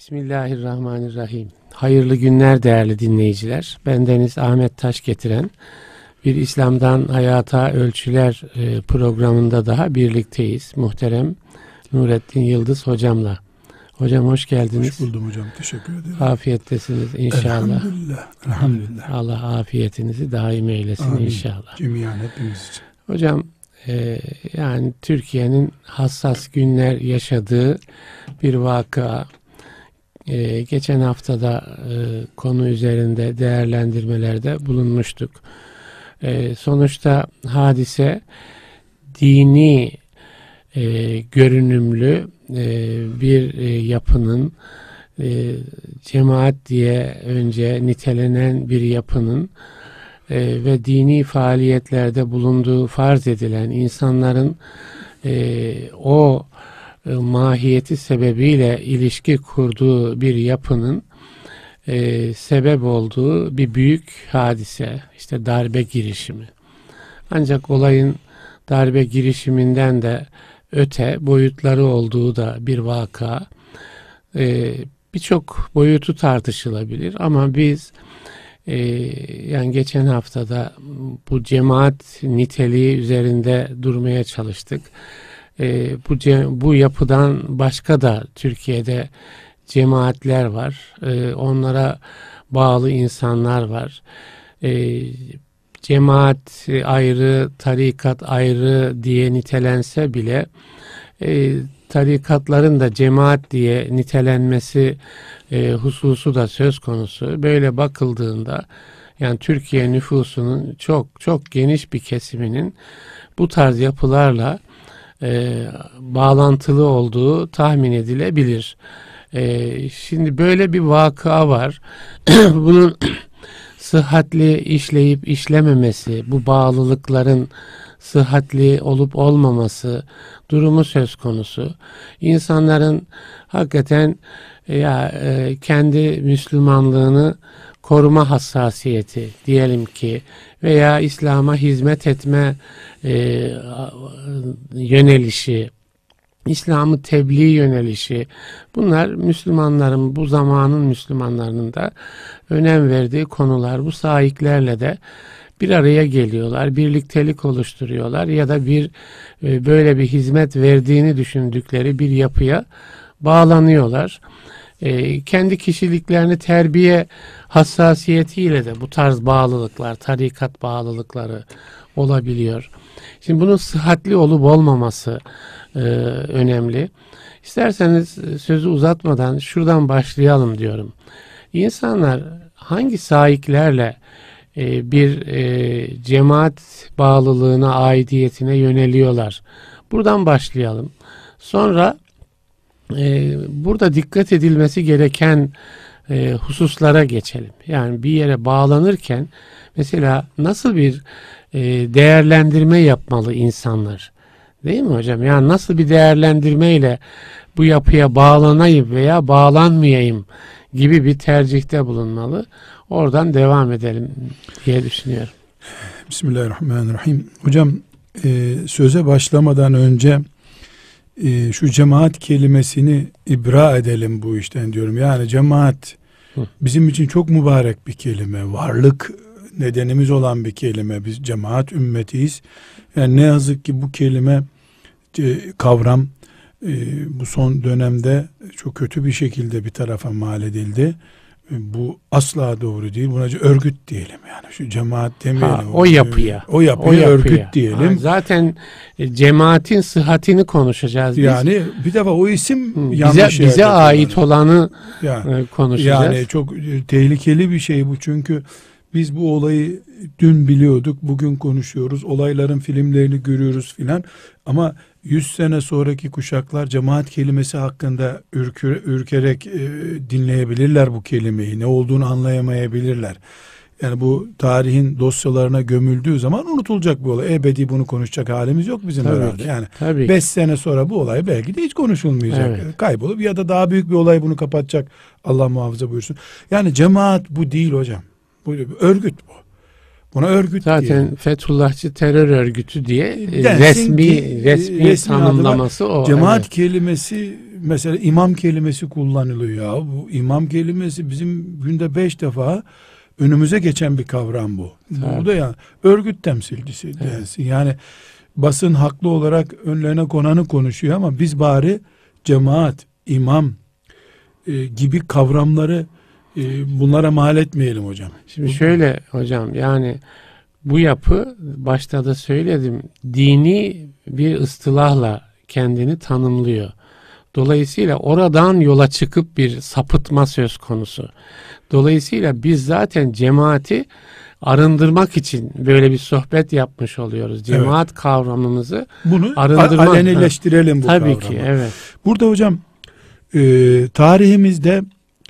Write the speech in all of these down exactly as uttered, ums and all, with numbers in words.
Bismillahirrahmanirrahim. Hayırlı günler değerli dinleyiciler. Bendeniz Ahmet Taş getiren bir İslam'dan Hayata Ölçüler programında daha birlikteyiz. Muhterem Nurettin Yıldız hocamla. Hocam hoş geldiniz. Hoş buldum hocam. Teşekkür ederim. Afiyettesiniz inşallah. Elhamdülillah. Elhamdülillah. Allah afiyetinizi daim eylesin. Amin. İnşallah. Cemiyen hepimiz için. Hocam e, yani Türkiye'nin hassas günler yaşadığı bir vakıa. Ee, geçen haftada e, konu üzerinde değerlendirmelerde bulunmuştuk. E, sonuçta hadise dini e, görünümlü e, bir e, yapının e, cemaat diye önce nitelenen bir yapının e, ve dini faaliyetlerde bulunduğu farz edilen insanların e, o mahiyeti sebebiyle ilişki kurduğu bir yapının e, sebep olduğu bir büyük hadise, işte darbe girişimi. Ancak olayın darbe girişiminden de öte boyutları olduğu da bir vaka. E, Birçok boyutu tartışılabilir ama biz e, yani geçen haftada bu cemaat niteliği üzerinde durmaya çalıştık. E, bu bu yapıdan başka da Türkiye'de cemaatler var. E, onlara bağlı insanlar var. E, cemaat ayrı, tarikat ayrı diye nitelense bile e, tarikatların da cemaat diye nitelenmesi e, hususu da söz konusu. Böyle bakıldığında yani Türkiye nüfusunun çok çok geniş bir kesiminin bu tarz yapılarla E, bağlantılı olduğu tahmin edilebilir. E, şimdi böyle bir vakıa var. Bunun sıhhatli işleyip işlememesi, bu bağlılıkların sıhhatli olup olmaması durumu söz konusu. İnsanların hakikaten ya e, kendi Müslümanlığını koruma hassasiyeti diyelim ki veya İslam'a hizmet etme e, yönelişi, İslam'ı tebliğ yönelişi, bunlar Müslümanların, bu zamanın Müslümanlarının da önem verdiği konular. Bu sahiplerle de bir araya geliyorlar, birliktelik oluşturuyorlar ya da bir e, böyle bir hizmet verdiğini düşündükleri bir yapıya bağlanıyorlar. E, kendi kişiliklerini terbiye hassasiyetiyle de bu tarz bağlılıklar, tarikat bağlılıkları olabiliyor. Şimdi bunun sıhhatli olup olmaması e, önemli. İsterseniz sözü uzatmadan şuradan başlayalım diyorum. İnsanlar hangi sahiplerle e, bir e, cemaat bağlılığına, aidiyetine yöneliyorlar? Buradan başlayalım. Sonra Ee, burada dikkat edilmesi gereken e, hususlara geçelim. Yani bir yere bağlanırken mesela nasıl bir e, değerlendirme yapmalı insanlar? Değil mi hocam? Yani nasıl bir değerlendirmeyle bu yapıya bağlanayım veya bağlanmayayım gibi bir tercihte bulunmalı. Oradan devam edelim diye düşünüyorum. Bismillahirrahmanirrahim. Hocam e, söze başlamadan önce Ee, şu cemaat kelimesini ibra edelim bu işten diyorum. Yani cemaat Hı. bizim için çok mübarek bir kelime. Varlık nedenimiz olan bir kelime. Biz cemaat ümmetiyiz. Yani ne yazık ki bu kelime kavram bu son dönemde çok kötü bir şekilde bir tarafa mal edildi. Bu asla doğru değil. Buna örgüt diyelim yani. Şu cemaat demeyelim. Ha, o yapıya. O yapıya, o yapıya. örgüt diyelim. Ha, zaten cemaatin sıhhatini konuşacağız biz. Yani bir defa o isim Hı, yanlış. Bize, bize ait olanı yani, konuşacağız. Yani çok tehlikeli bir şey bu. Çünkü biz bu olayı dün biliyorduk. Bugün konuşuyoruz. Olayların filmlerini görüyoruz filan. Ama yüz sene sonraki kuşaklar cemaat kelimesi hakkında ürkür, ürkerek e, dinleyebilirler bu kelimeyi. Ne olduğunu anlayamayabilirler. Yani bu tarihin dosyalarına gömüldüğü zaman unutulacak bu olay. Ebedi bunu konuşacak halimiz yok bizim tabii herhalde. Ki, yani tabii beş sene sonra bu olay belki de hiç konuşulmayacak. Evet. Kaybolup ya da daha büyük bir olay bunu kapatacak. Allah muhafaza buyursun. Yani cemaat bu değil hocam. Bu örgüt bu. Buna örgüt zaten diyelim. Fethullahçı terör örgütü diye Densin resmi ki, resmi, resmi tanımlaması o. Cemaat evet. kelimesi mesela imam kelimesi kullanılıyor ya. Bu imam kelimesi bizim günde beş defa önümüze geçen bir kavram bu. Evet. Bu da yani örgüt temsilcisi Evet. dersin. Yani basın haklı olarak önlerine konanı konuşuyor ama biz bari cemaat, imam e, gibi kavramları e, bunlara mal etmeyelim hocam. Şimdi şöyle hocam, yani bu yapı, başta da söyledim, dini bir ıstılahla kendini tanımlıyor. Dolayısıyla oradan yola çıkıp bir sapıtma söz konusu. Dolayısıyla biz zaten cemaati arındırmak için böyle bir sohbet yapmış oluyoruz. Cemaat evet. kavramımızı bunu arındırmak. alenileştirelim bu Tabii kavramı. ki, evet. Burada hocam e, tarihimizde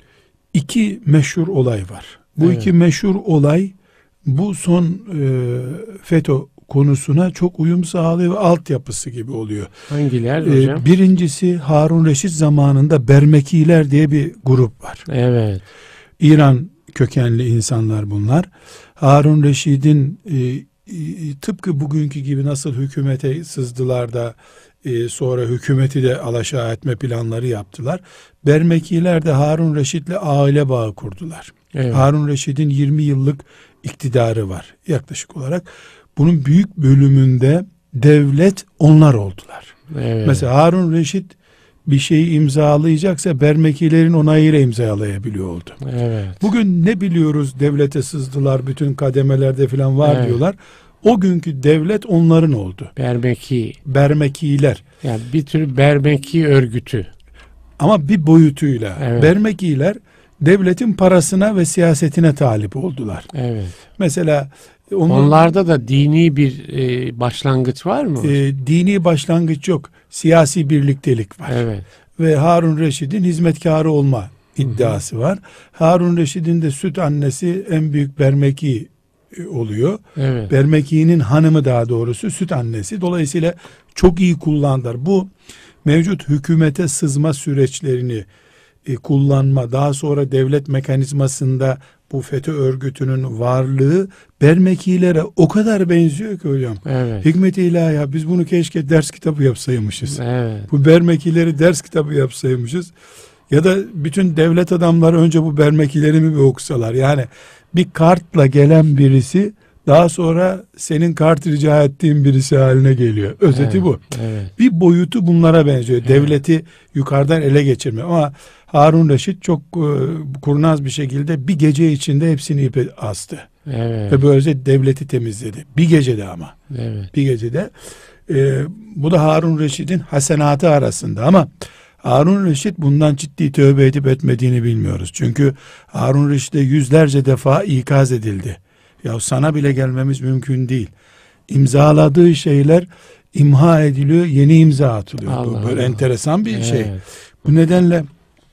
iki meşhur olay var. Bu evet. iki meşhur olay bu son e, FETÖ konusuna çok uyum sağlıyor ve altyapısı gibi oluyor. Hangiler Ee, hocam? Birincisi Harun Reşit zamanında Bermekiler diye bir grup var. Evet. İran kökenli insanlar bunlar. Harun Reşit'in e, e, tıpkı bugünkü gibi nasıl hükümete sızdılar da e, sonra hükümeti de alaşağı etme planları yaptılar. Bermekiler de Harun Reşit'le aile bağı kurdular. Evet. Harun Reşit'in yirmi yıllık iktidarı var yaklaşık olarak. Bunun büyük bölümünde devlet onlar oldular. Evet. Mesela Harun Reşit bir şeyi imzalayacaksa Bermekilerin onayıyla imzalayabiliyordu. Evet. Bugün ne biliyoruz, devlete sızdılar, bütün kademelerde falan var evet. diyorlar. O günkü devlet onların oldu. Bermeki. Bermekiler. Yani bir tür Bermeki örgütü. Ama bir boyutuyla. Evet. Bermekiler devletin parasına ve siyasetine talip oldular. Evet. Mesela onun, onlarda da dini bir e, başlangıç var mı? E, dini başlangıç yok. Siyasi birliktelik var. Evet. Ve Harun Reşit'in hizmetkarı olma iddiası Hı-hı. var. Harun Reşit'in de süt annesi en büyük Bermeki oluyor. Evet. Bermeki'nin hanımı daha doğrusu süt annesi. Dolayısıyla çok iyi kullandılar. Bu mevcut hükümete sızma süreçlerini e, kullanma, daha sonra devlet mekanizmasında bu FETÖ örgütünün varlığı Bermekilere o kadar benziyor ki hocam. Evet. Hikmet-i ilahi, biz bunu keşke ders kitabı yapsaymışız. Evet. Bu Bermekileri ders kitabı yapsaymışız. Ya da bütün devlet adamları önce bu Bermekileri mi bir okusalar. Yani bir kartla gelen birisi daha sonra senin kart rica ettiğin birisi haline geliyor. Özeti evet. bu. Evet. Bir boyutu bunlara benziyor. Evet. Devleti yukarıdan ele geçirme. Ama Harun Reşit çok e, kurnaz bir şekilde bir gece içinde hepsini ipe astı. Evet. Ve böylece devleti temizledi. Bir gecede ama. Evet. Bir gecede. E, bu da Harun Reşit'in hasenatı arasında ama Harun Reşit bundan ciddi tövbe edip etmediğini bilmiyoruz. Çünkü Harun Reşit'e yüzlerce defa ikaz edildi. Ya sana bile gelmemiz mümkün değil. İmzaladığı şeyler imha ediliyor, yeni imza atılıyor. Allah Bu böyle Allah. enteresan bir evet. şey. Bu nedenle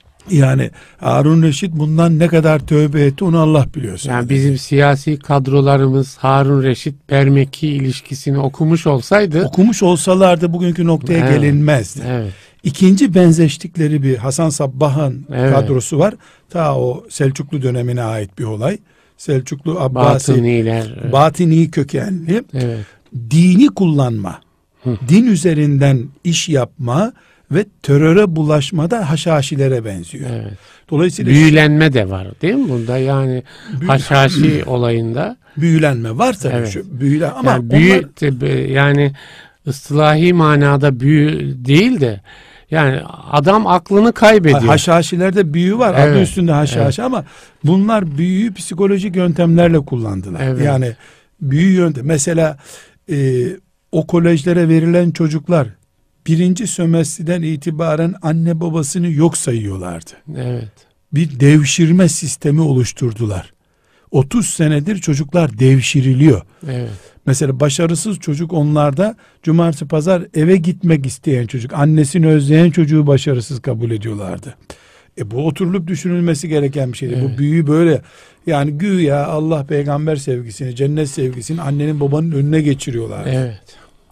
yani Harun Reşit bundan ne kadar tövbe etti onu Allah biliyor. Yani bizim siyasi kadrolarımız Harun Reşit Bermeki ilişkisini okumuş olsaydı, okumuş olsalardı bugünkü noktaya evet. gelinmezdi. Evet. İkinci benzeştikleri bir Hasan Sabbah'ın evet. kadrosu var. Ta o Selçuklu dönemine ait bir olay. Selçuklu Abbasi Batıniler, evet. Batini kökenli. Evet. Dini kullanma, Hı. din üzerinden iş yapma ve teröre bulaşmada Haşhaşilere benziyor. Evet. Dolayısıyla büyülenme de var değil mi bunda? Yani Haşhaşi olayında büyülenme var tabii. Evet. Şu büyülen ama yani büyü onlar, yani ıslahi manada büyü değil de yani adam aklını kaybediyor. Haşhaşilerde büyü var. Evet. Adı üstünde haşhaşi evet. ama bunlar büyüyü psikolojik yöntemlerle kullandılar. Evet. Yani büyü yöntem. Mesela e, o kolejlere verilen çocuklar birinci sömestrden itibaren anne babasını yok sayıyorlardı. Evet. Bir devşirme sistemi oluşturdular. otuz senedir çocuklar devşiriliyor. Evet. Mesela başarısız çocuk onlarda cumartesi pazar eve gitmek isteyen çocuk, annesini özleyen çocuğu başarısız kabul ediyorlardı. E bu oturulup düşünülmesi gereken bir şeydi. Evet. Bu büyü böyle yani güya Allah peygamber sevgisini, cennet sevgisini annenin babanın önüne geçiriyorlardı. Evet.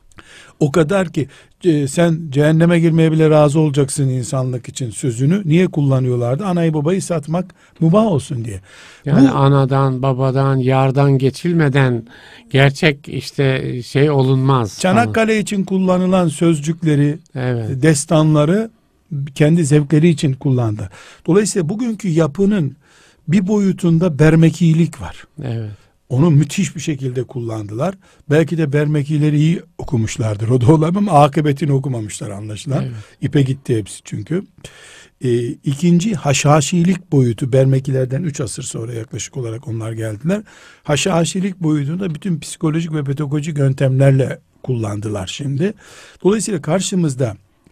O kadar ki e, sen cehenneme girmeye bile razı olacaksın insanlık için sözünü niye kullanıyorlardı? Anayı babayı satmak mübah olsun diye. Yani Bu, anadan babadan yardan geçilmeden gerçek işte şey olunmaz. Çanakkale falan için kullanılan sözcükleri, evet. destanları kendi zevkleri için kullandı. Dolayısıyla bugünkü yapının bir boyutunda Bermekilik var. Evet. Onu müthiş bir şekilde kullandılar. Belki de Bermekileri iyi okumuşlardır. O da olabilir ama akıbetini okumamışlar anlaşılan. Evet. İpe gitti hepsi çünkü. Ee, ikinci haşhaşilik boyutu, Bermekilerden üç asır sonra yaklaşık olarak onlar geldiler. Haşhaşilik boyutunu da bütün psikolojik ve pedagojik yöntemlerle kullandılar şimdi. Dolayısıyla karşımızda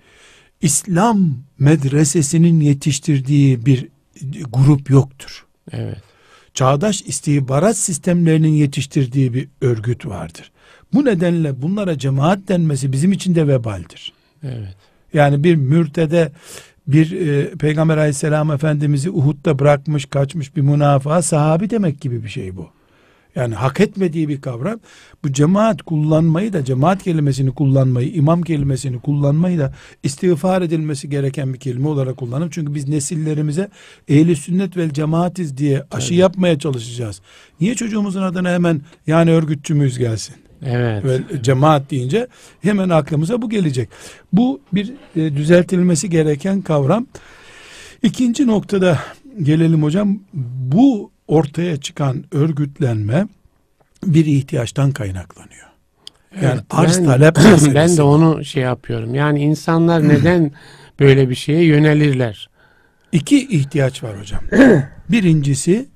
İslam medresesinin yetiştirdiği bir grup yoktur. Evet. Çağdaş istihbarat sistemlerinin yetiştirdiği bir örgüt vardır. Bu nedenle bunlara cemaat denmesi bizim için de vebaldir. Evet. Yani bir mürtede bir e, Peygamber Aleyhisselam Efendimiz'i Uhud'da bırakmış, kaçmış bir münafığa sahabi demek gibi bir şey bu. Yani hak etmediği bir kavram. Bu cemaat kullanmayı da, cemaat kelimesini kullanmayı, imam kelimesini kullanmayı da istiğfar edilmesi gereken bir kelime olarak kullanalım. Çünkü biz nesillerimize ehli sünnet vel cemaatiz diye aşı evet. yapmaya çalışacağız. Niye çocuğumuzun adına hemen yani örgütçü müyüz gelsin? Evet. Ve cemaat deyince hemen aklımıza bu gelecek. Bu bir e, düzeltilmesi gereken kavram. İkinci noktada gelelim hocam. Bu ortaya çıkan örgütlenme bir ihtiyaçtan kaynaklanıyor. Yani evet, arz ben, talep meselesi. Ben de onu şey yapıyorum. Yani insanlar neden böyle bir şeye yönelirler? İki ihtiyaç var hocam. Birincisi,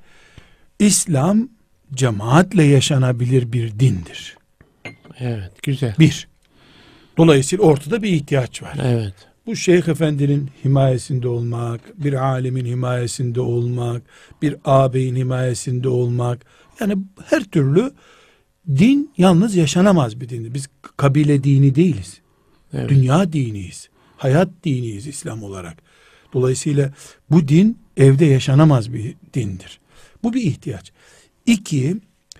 İslam cemaatle yaşanabilir bir dindir. Evet, güzel. Bir. Dolayısıyla ortada bir ihtiyaç var. Evet. Bu şeyh efendinin himayesinde olmak, bir alimin himayesinde olmak, bir ağabeyin himayesinde olmak, yani her türlü din yalnız yaşanamaz bir dindir. Biz kabile dini değiliz. Evet. Dünya diniyiz. Hayat diniyiz İslam olarak. Dolayısıyla bu din evde yaşanamaz bir dindir. Bu bir ihtiyaç. İki,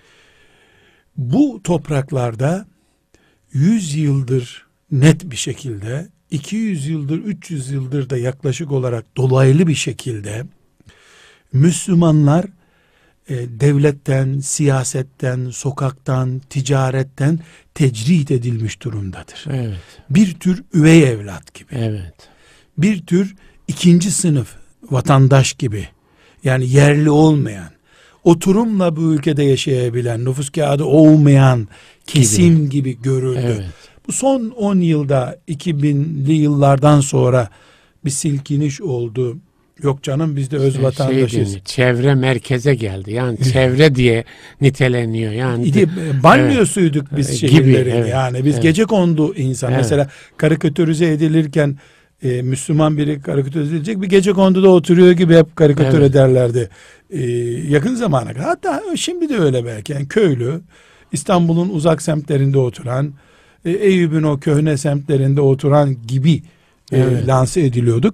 bu topraklarda yüz yıldır net bir şekilde, iki yüz yıldır, üç yüz yıldır da yaklaşık olarak dolaylı bir şekilde Müslümanlar e, devletten, siyasetten, sokaktan, ticaretten tecrit edilmiş durumdadır. Evet. Bir tür üvey evlat gibi. Evet. Bir tür ikinci sınıf vatandaş gibi. Yani yerli olmayan, oturumla bu ülkede yaşayabilen, nüfus kağıdı olmayan kesim gibi, gibi görüldü. Evet. Bu son on yılda, iki binli yıllardan sonra bir silkiniş oldu. Yok canım biz de öz şey, vatandaşız. Şey çevre merkeze geldi. Yani çevre diye niteleniyor. Yani İdi, banyosuyduk evet. biz şehirlerin. Gibi, evet, yani biz evet. gecekondu insan. Evet. Mesela karikatürize edilirken e, Müslüman biri karikatürize edilecek, bir gecekonduda oturuyor gibi hep karikatür evet. ederlerdi. E, yakın zamana kadar. Hatta şimdi de öyle belki. Yani köylü, İstanbul'un uzak semtlerinde oturan, e, Eyüp'ün o köhne semtlerinde oturan gibi evet. e, lanse ediliyorduk.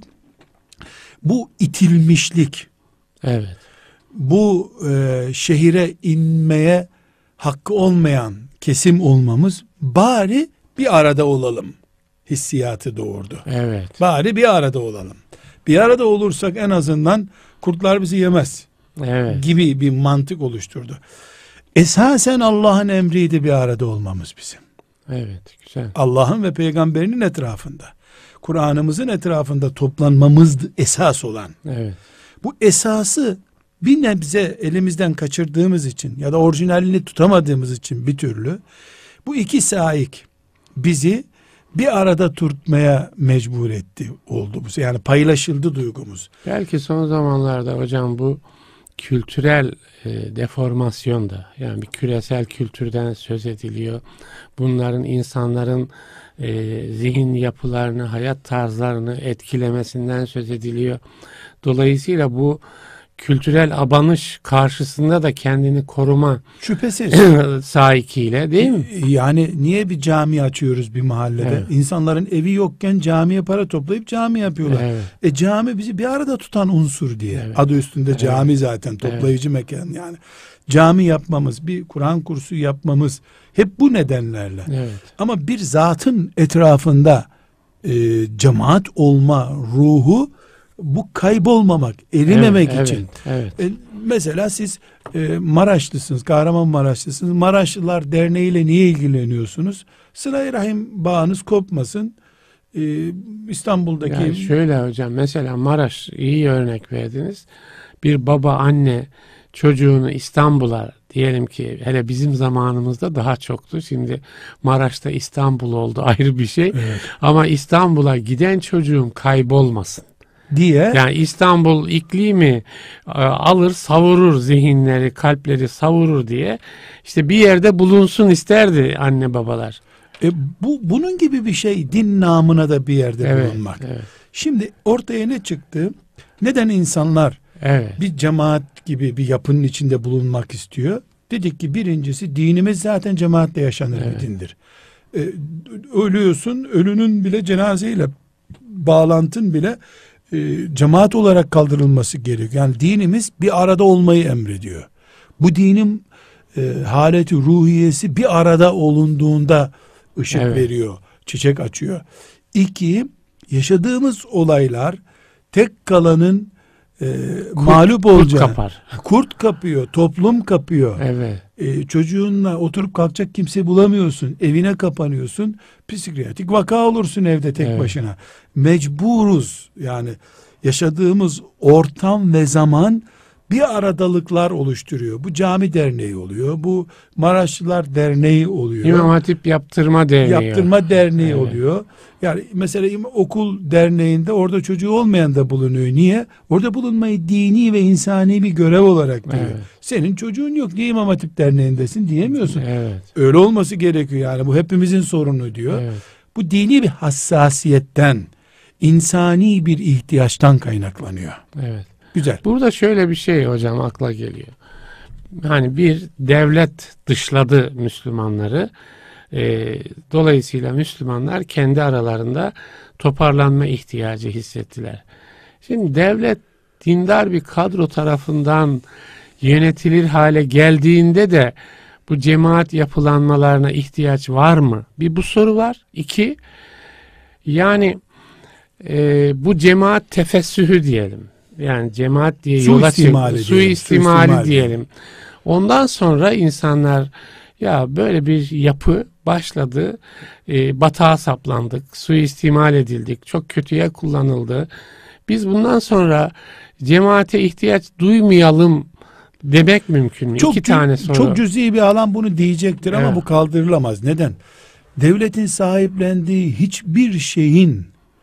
Bu itilmişlik, evet. bu e, şehire inmeye hakkı olmayan kesim olmamız, bari bir arada olalım hissiyatı doğurdu. Evet. Bari bir arada olalım. Bir arada olursak en azından kurtlar bizi yemez. Evet. Gibi bir mantık oluşturdu. Esasen Allah'ın emriydi bir arada olmamız bizim. Evet, güzel. Allah'ın ve peygamberinin etrafında, Kur'an'ımızın etrafında toplanmamız esas olan. Evet. Bu esası bir nebze elimizden kaçırdığımız için ya da orijinalini tutamadığımız için bir türlü bu iki saik bizi bir arada tutmaya mecbur etti oldu bu. Yani paylaşıldı duygumuz. Belki son zamanlarda hocam bu kültürel e, deformasyon da, yani bir küresel kültürden söz ediliyor. Bunların insanların e, zihin yapılarını, hayat tarzlarını etkilemesinden söz ediliyor. Dolayısıyla bu kültürel abanış karşısında da kendini koruma şüphesiz sahikiyle, değil mi? Yani niye bir cami açıyoruz bir mahallede? Evet. İnsanların evi yokken camiye para toplayıp cami yapıyorlar. Evet. E cami bizi bir arada tutan unsur diye. Evet. Adı üstünde evet. cami zaten toplayıcı evet. mekan yani. Cami yapmamız, bir Kur'an kursu yapmamız hep bu nedenlerle. Evet. Ama bir zatın etrafında e, cemaat olma ruhu, bu kaybolmamak, erimemek evet, için. Evet, evet. E, mesela siz e, Maraşlısınız, Kahramanmaraşlısınız. Maraşlılar Derneği'yle niye ilgileniyorsunuz? Sıla-i Rahim bağınız kopmasın. e, İstanbul'daki... Yani şöyle hocam, mesela Maraş, iyi örnek verdiniz. Bir baba anne çocuğunu İstanbul'a, diyelim ki hele bizim zamanımızda daha çoktu. Şimdi Maraş'ta İstanbul oldu, ayrı bir şey. Evet. Ama İstanbul'a giden çocuğum kaybolmasın diye. Yani İstanbul iklimi e, alır savurur zihinleri, kalpleri savurur diye işte bir yerde bulunsun isterdi anne babalar. E, bu bunun gibi bir şey, din namına da bir yerde Evet, bulunmak. evet. Şimdi ortaya ne çıktı? Neden insanlar Evet. bir cemaat gibi bir yapının içinde bulunmak istiyor? Dedik ki birincisi, dinimiz zaten cemaatle yaşanır Evet. bir dindir. E, ölüyorsun, ölünün bile cenazeyle bağlantın bile e, cemaat olarak kaldırılması gerekiyor. Yani dinimiz bir arada olmayı emrediyor. Bu dinin e, haleti ruhiyesi bir arada olunduğunda ışık Evet. veriyor, çiçek açıyor. İki, yaşadığımız olaylar tek kalanın e, mağlup Kurt olacağı. kapar. Kurt kapıyor, toplum kapıyor. Evet. E, çocuğunla oturup kalkacak kimse bulamıyorsun. Evine kapanıyorsun. Psikiyatrik vaka olursun evde tek Evet. başına. Mecburuz. Yani yaşadığımız ortam ve zaman bir aradalıklar oluşturuyor. Bu cami derneği oluyor. Bu Maraşlılar derneği oluyor. İmam Hatip Yaptırma Derneği. Yaptırma derneği Evet. oluyor. Yani mesela im- okul derneğinde orada çocuğu olmayan da bulunuyor. Niye? Orada bulunmayı dini ve insani bir görev olarak görüyor. Evet. Senin çocuğun yok, niye İmam Hatip derneğindesin diyemiyorsun. Evet. Öyle olması gerekiyor yani, bu hepimizin sorunu diyor. Evet. Bu dini bir hassasiyetten, insani bir ihtiyaçtan kaynaklanıyor. Evet. Güzel. Burada şöyle bir şey hocam akla geliyor. Hani bir devlet dışladı Müslümanları. Ee, dolayısıyla Müslümanlar kendi aralarında toparlanma ihtiyacı hissettiler. Şimdi devlet dindar bir kadro tarafından yönetilir hale geldiğinde de bu cemaat yapılanmalarına ihtiyaç var mı? Bir bu soru var. İki, yani e, bu cemaat tefessühü diyelim. Yani cemaat diye yola Suistimali çıktı. diyelim, Suistimali suistimali diyelim. Ondan sonra insanlar, ya böyle bir yapı başladı, e, batağa saplandık, suistimal edildik, çok kötüye kullanıldı. Biz bundan sonra cemaate ihtiyaç duymayalım demek mümkün mü? Çok, İki tane soru. çok cüz'i bir alan bunu diyecektir ama Evet. bu kaldırılamaz. Neden? Devletin sahiplendiği hiçbir şeyin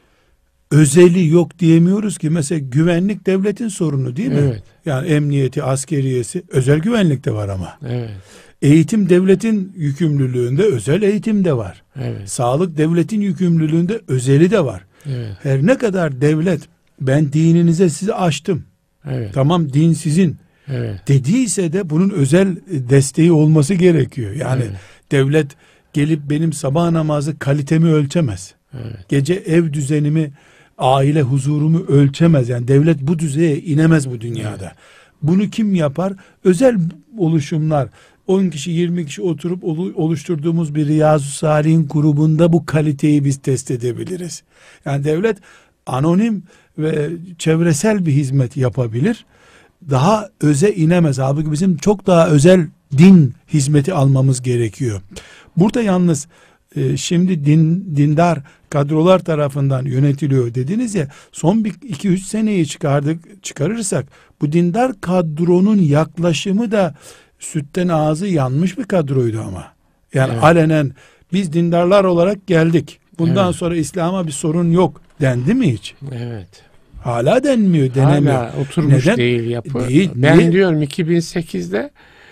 özeli yok diyemiyoruz ki. Mesela güvenlik devletin sorunu değil mi? Evet. Yani emniyeti, askeriyesi, özel güvenlik de var ama. Evet. Eğitim devletin yükümlülüğünde, özel eğitim de var. Evet. Sağlık devletin yükümlülüğünde, özeli de var. Evet. Her ne kadar devlet ben dininize sizi açtım, Evet. tamam din sizin Evet. dediyse de bunun özel desteği olması gerekiyor. Yani Evet. devlet gelip benim sabah namazı kalitemi ölçemez. Evet. Gece ev düzenimi, aile huzurumu ölçemez. Yani devlet bu düzeye inemez bu dünyada. Evet. Bunu kim yapar? Özel oluşumlar. on kişi yirmi kişi oturup olu- oluşturduğumuz bir Riyazu Salih'in grubunda bu kaliteyi biz test edebiliriz. Yani devlet anonim ve çevresel bir hizmet yapabilir. Daha öze inemez. Halbuki bizim çok daha özel din hizmeti almamız gerekiyor. Burada yalnız e, şimdi din, dindar kadrolar tarafından yönetiliyor dediniz ya, son bir iki üç seneyi çıkardık çıkarırsak bu dindar kadronun yaklaşımı da sütten ağzı yanmış bir kadroydu ama. Yani Evet. alenen biz dindarlar olarak geldik, bundan Evet. sonra İslam'a bir sorun yok dendi mi hiç? Evet. Hala denmiyor, denemiyor. Hala oturmuş Neden? değil yapı. Değil, ben niye? diyorum iki bin sekizde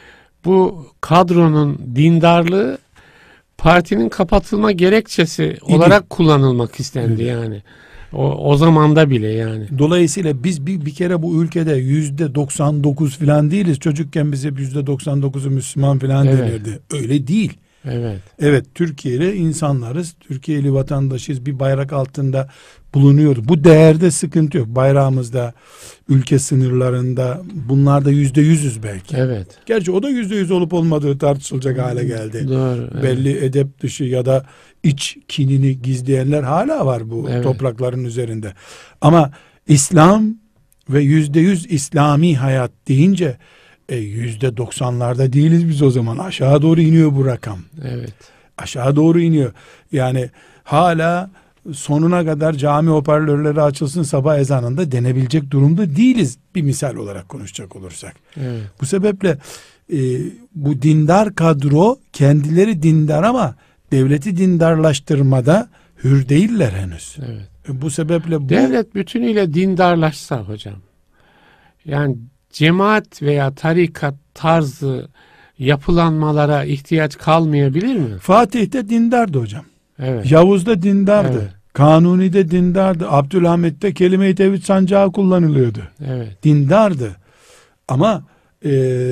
bu kadronun dindarlığı partinin kapatılma gerekçesi olarak kullanılmak istendi yani. O, o zamanda bile yani. Dolayısıyla biz bir, bir kere bu ülkede yüzde doksan dokuz filan değiliz. Çocukken bize yüzde doksan dokuzu Müslüman filan Evet. denirdi. Öyle değil. Evet. Evet, Türkiye'li insanlarız. Türkiye'li vatandaşız. Bir bayrak altında bulunuyoruz. Bu değerde sıkıntı yok. Bayrağımızda, ülke sınırlarında, bunlarda yüzde yüzüz belki. Evet. Gerçi o da yüzde yüz olup olmadığı tartışılacak hale geldi. Doğru. Evet. Belli edep dışı ya da iç kinini gizleyenler hala var bu Evet. toprakların üzerinde. Ama İslam ve yüzde yüz İslami hayat deyince e, yüzde doksanlarda değiliz biz o zaman. Aşağı doğru iniyor bu rakam. Evet. Aşağı doğru iniyor. Yani hala sonuna kadar cami hoparlörleri açılsın sabah ezanında denebilecek durumda değiliz, bir misal olarak konuşacak olursak. Evet. Bu sebeple e, bu dindar kadro kendileri dindar ama devleti dindarlaştırmada hür değiller henüz. Evet. E, bu sebeple bu, devlet bütünüyle dindarlaşsa hocam, yani cemaat veya tarikat tarzı yapılanmalara ihtiyaç kalmayabilir mi? Fatih de dindardı hocam. Evet. Yavuz da dindardı. Evet. Kanuni de dindardı. Abdülhamit'te kelime-i tevhid sancağı kullanılıyordu. Evet. Dindardı. Ama e,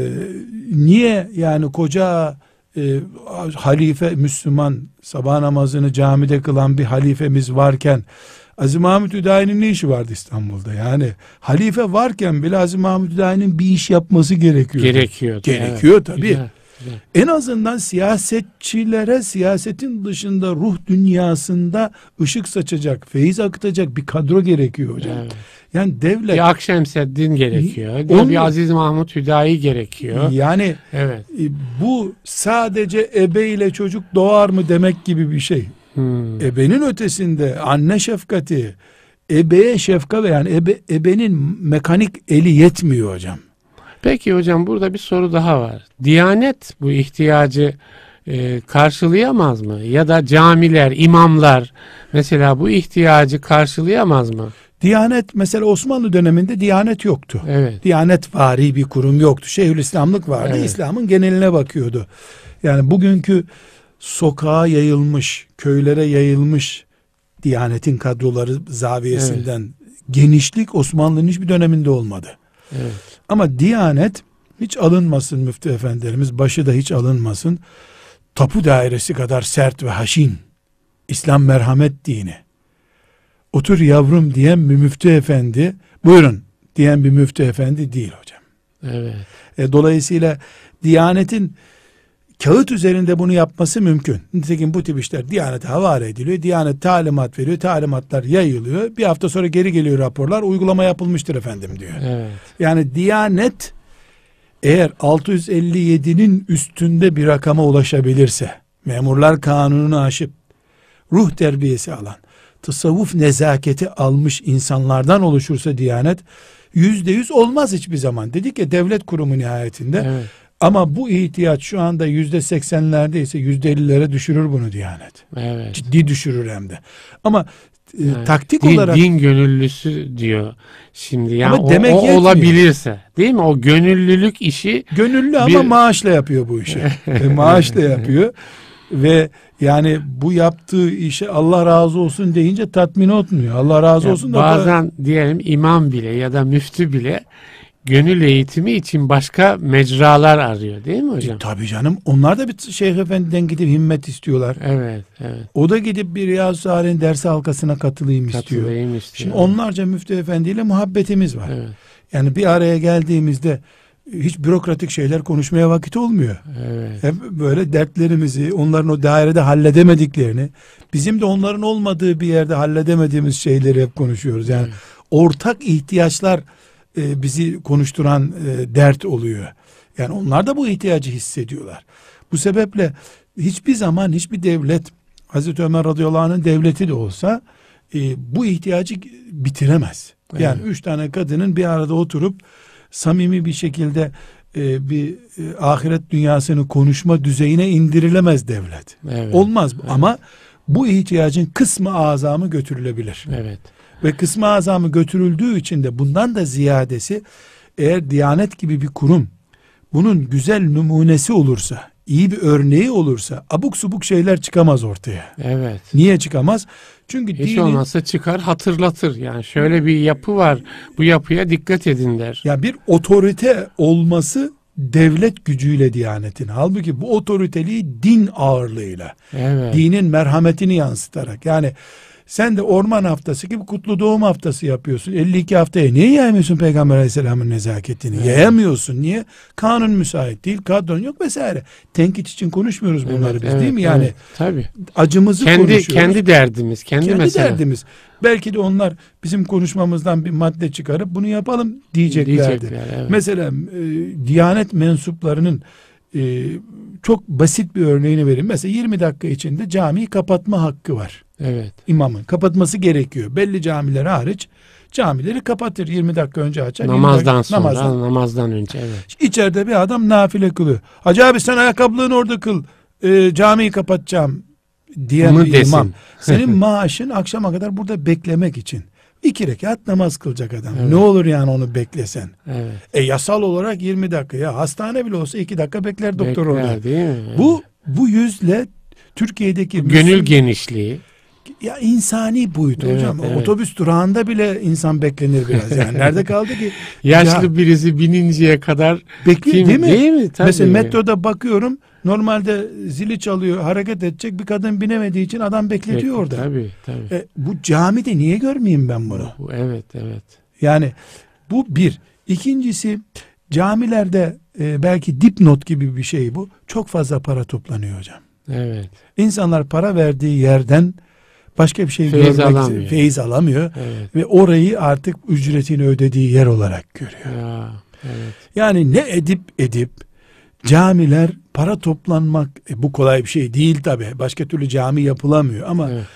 niye yani koca e, halife Müslüman, sabah namazını camide kılan bir halifemiz varken Aziz Mahmud Hüdayi'nin ne işi vardı İstanbul'da? Yani halife varken bile Aziz Mahmud Hüdayi'nin bir iş yapması gerekiyor. Gerekiyor. Gerekiyor evet. tabii. Güzel, güzel. En azından siyasetçilere siyasetin dışında ruh dünyasında ışık saçacak, feyiz akıtacak bir kadro gerekiyor hocam. Evet. Yani devlet, Bir Akşemseddin gerekiyor. Onun- Bir Aziz Mahmud Hüdayi gerekiyor. yani Evet. e, bu sadece ebe ile çocuk doğar mı demek gibi bir şey. Hmm. Ebenin ötesinde anne şefkati, ebeye şefkat ve yani ebe, ebenin mekanik eli yetmiyor hocam. Peki hocam, burada bir soru daha var. Diyanet bu ihtiyacı e, karşılayamaz mı? Ya da camiler, imamlar mesela bu ihtiyacı karşılayamaz mı? Diyanet, mesela Osmanlı döneminde Diyanet yoktu. Evet. Diyanetvari bir kurum yoktu. Şeyhülislamlık vardı. Evet. İslam'ın geneline bakıyordu. Yani bugünkü sokağa yayılmış, köylere yayılmış Diyanetin kadroları zaviyesinden genişlik Osmanlı'nın hiçbir döneminde olmadı. Evet. Ama Diyanet, hiç alınmasın müftü efendilerimiz, başı da hiç alınmasın, tapu dairesi kadar sert ve haşin, İslam merhamet dini, otur yavrum diyen bir müftü efendi, buyurun diyen bir müftü efendi değil hocam. Evet. E, dolayısıyla Diyanetin kağıt üzerinde bunu yapması mümkün. Nitekim bu tip işler Diyanete havale ediliyor. Diyanet talimat veriyor. Talimatlar yayılıyor. Bir hafta sonra geri geliyor raporlar. Uygulama yapılmıştır efendim diyor. Evet. Yani Diyanet eğer altı yüz elli yedinin üstünde bir rakama ulaşabilirse, memurlar kanununu aşıp ruh terbiyesi alan, tasavvuf nezaketi almış insanlardan oluşursa Diyanet, yüzde yüz olmaz hiçbir zaman. Dedik ya, devlet kurumu nihayetinde. Evet. Ama bu ihtiyaç şu anda yüzde seksenlerde ise yüzde ellilere düşürür bunu Diyanet. Evet. Ciddi düşürür hem de. Ama e, Yani taktik din, olarak din gönüllüsü diyor şimdi. Yani Ama o, demek o yetmiyor. olabilirse, değil mi? O gönüllülük işi gönüllü ama bir- maaşla yapıyor bu işi. E, maaşla yapıyor. Ve yani bu yaptığı işe Allah razı olsun deyince tatmin olmuyor. Allah razı ya olsun da bazen diyelim imam bile ya da müftü bile gönül eğitimi için başka mecralar arıyor, değil mi hocam? E, tabii canım, onlar da bir Şeyh Efendi'den gidip himmet istiyorlar. Evet, evet. O da gidip bir Riyaz-ı Salih'in dersi halkasına katılayım istiyor. Katılayım istiyor. Şimdi onlarca müftü efendiyle muhabbetimiz var. Evet, Yani bir araya geldiğimizde hiç bürokratik şeyler konuşmaya vakit olmuyor. evet. Hep böyle dertlerimizi, onların o dairede halledemediklerini, bizim de onların olmadığı bir yerde halledemediğimiz şeyleri hep konuşuyoruz. Yani Evet. ortak ihtiyaçlar e, bizi konuşturan e, dert oluyor. Yani onlar da bu ihtiyacı hissediyorlar. Bu sebeple hiçbir zaman hiçbir devlet, Hazreti Ömer radıyallahu anh'ın devleti de olsa e, bu ihtiyacı bitiremez. Yani Evet. üç tane kadının bir arada oturup samimi bir şekilde e, bir e, ahiret dünyasını konuşma düzeyine indirilemez devlet. Evet. Olmaz. Evet. Ama bu ihtiyacın kısmı azamı götürülebilir. Evet. Ve kısmı azamı götürüldüğü için de bundan da ziyadesi, eğer Diyanet gibi bir kurum bunun güzel numunesi olursa, iyi bir örneği olursa, abuk subuk şeyler çıkamaz ortaya. Evet. Niye çıkamaz? Çünkü Hiç dinin, olmazsa çıkar hatırlatır. Yani şöyle bir yapı var. Bu yapıya dikkat edin der. ya bir otorite olması devlet gücüyle Diyanet'in. Halbuki bu otoriteliği din ağırlığıyla, Evet. dinin merhametini yansıtarak. Yani sen de orman haftası gibi kutlu doğum haftası yapıyorsun. elli iki haftaya niye yayamıyorsun Peygamber Aleyhisselam'ın nezaketini? Evet. Yayamıyorsun. Niye? Kanun müsait değil, kadron yok vesaire. Tenkit için konuşmuyoruz bunları Evet, biz, evet, değil mi? Yani evet. Tabii. acımızı Kendi konuşuyoruz. kendi derdimiz, kendi, Kendi mesele. derdimiz. Belki de onlar bizim konuşmamızdan bir madde çıkarıp bunu yapalım diyeceklerdi. Diyecekler, evet. Mesela e, Diyanet mensuplarının e, çok basit bir örneğini vereyim. Mesela yirmi dakika içinde camiyi kapatma hakkı var. Evet. İmamın kapatması gerekiyor. Belli camiler hariç camileri kapatır. yirmi dakika önce açar. Namazdan dakika, sonra, namazdan. namazdan önce. Evet. İçeride bir adam nafile kılıyor. Hacı abi sen ayakkabılığını orada kıl. E, camiyi kapatacağım diyen Mı bir desin? imam. Senin maaşın akşama kadar burada beklemek için. İki rekat namaz kılacak adam. Evet. Ne olur yani onu beklesen. Evet. E yasal olarak yirmi dakika. Ya hastane bile olsa iki dakika bekler doktor Bekler, orada. değil mi? Evet. Bu bu yüzle Türkiye'deki gönül Müslüm- genişliği. ya insani boyut Evet, hocam. evet. Otobüs durağında bile insan beklenir biraz. Yani nerede kaldı ki? Yaşlı Ya- birisi bininceye kadar Bekliyor kim, değil mi? Değil mi? Tabii. Mesela metroda bakıyorum, normalde zili çalıyor, hareket edecek, bir kadın binemediği için adam bekletiyor Peki, orada. Tabii tabii. E, bu camide niye görmeyeyim ben bunu? Bu- Evet evet. Yani bu bir. İkincisi, camilerde e, belki dipnot gibi bir şey bu. Çok fazla para toplanıyor hocam. Evet. İnsanlar para verdiği yerden başka bir şey Feyiz görmek alamıyor. feyiz alamıyor Evet. ve orayı artık ücretini ödediği yer olarak görüyor. Ya, evet. Yani ne edip edip camiler para toplanmak, e, bu kolay bir şey değil tabi. Başka türlü cami yapılamıyor ama Evet.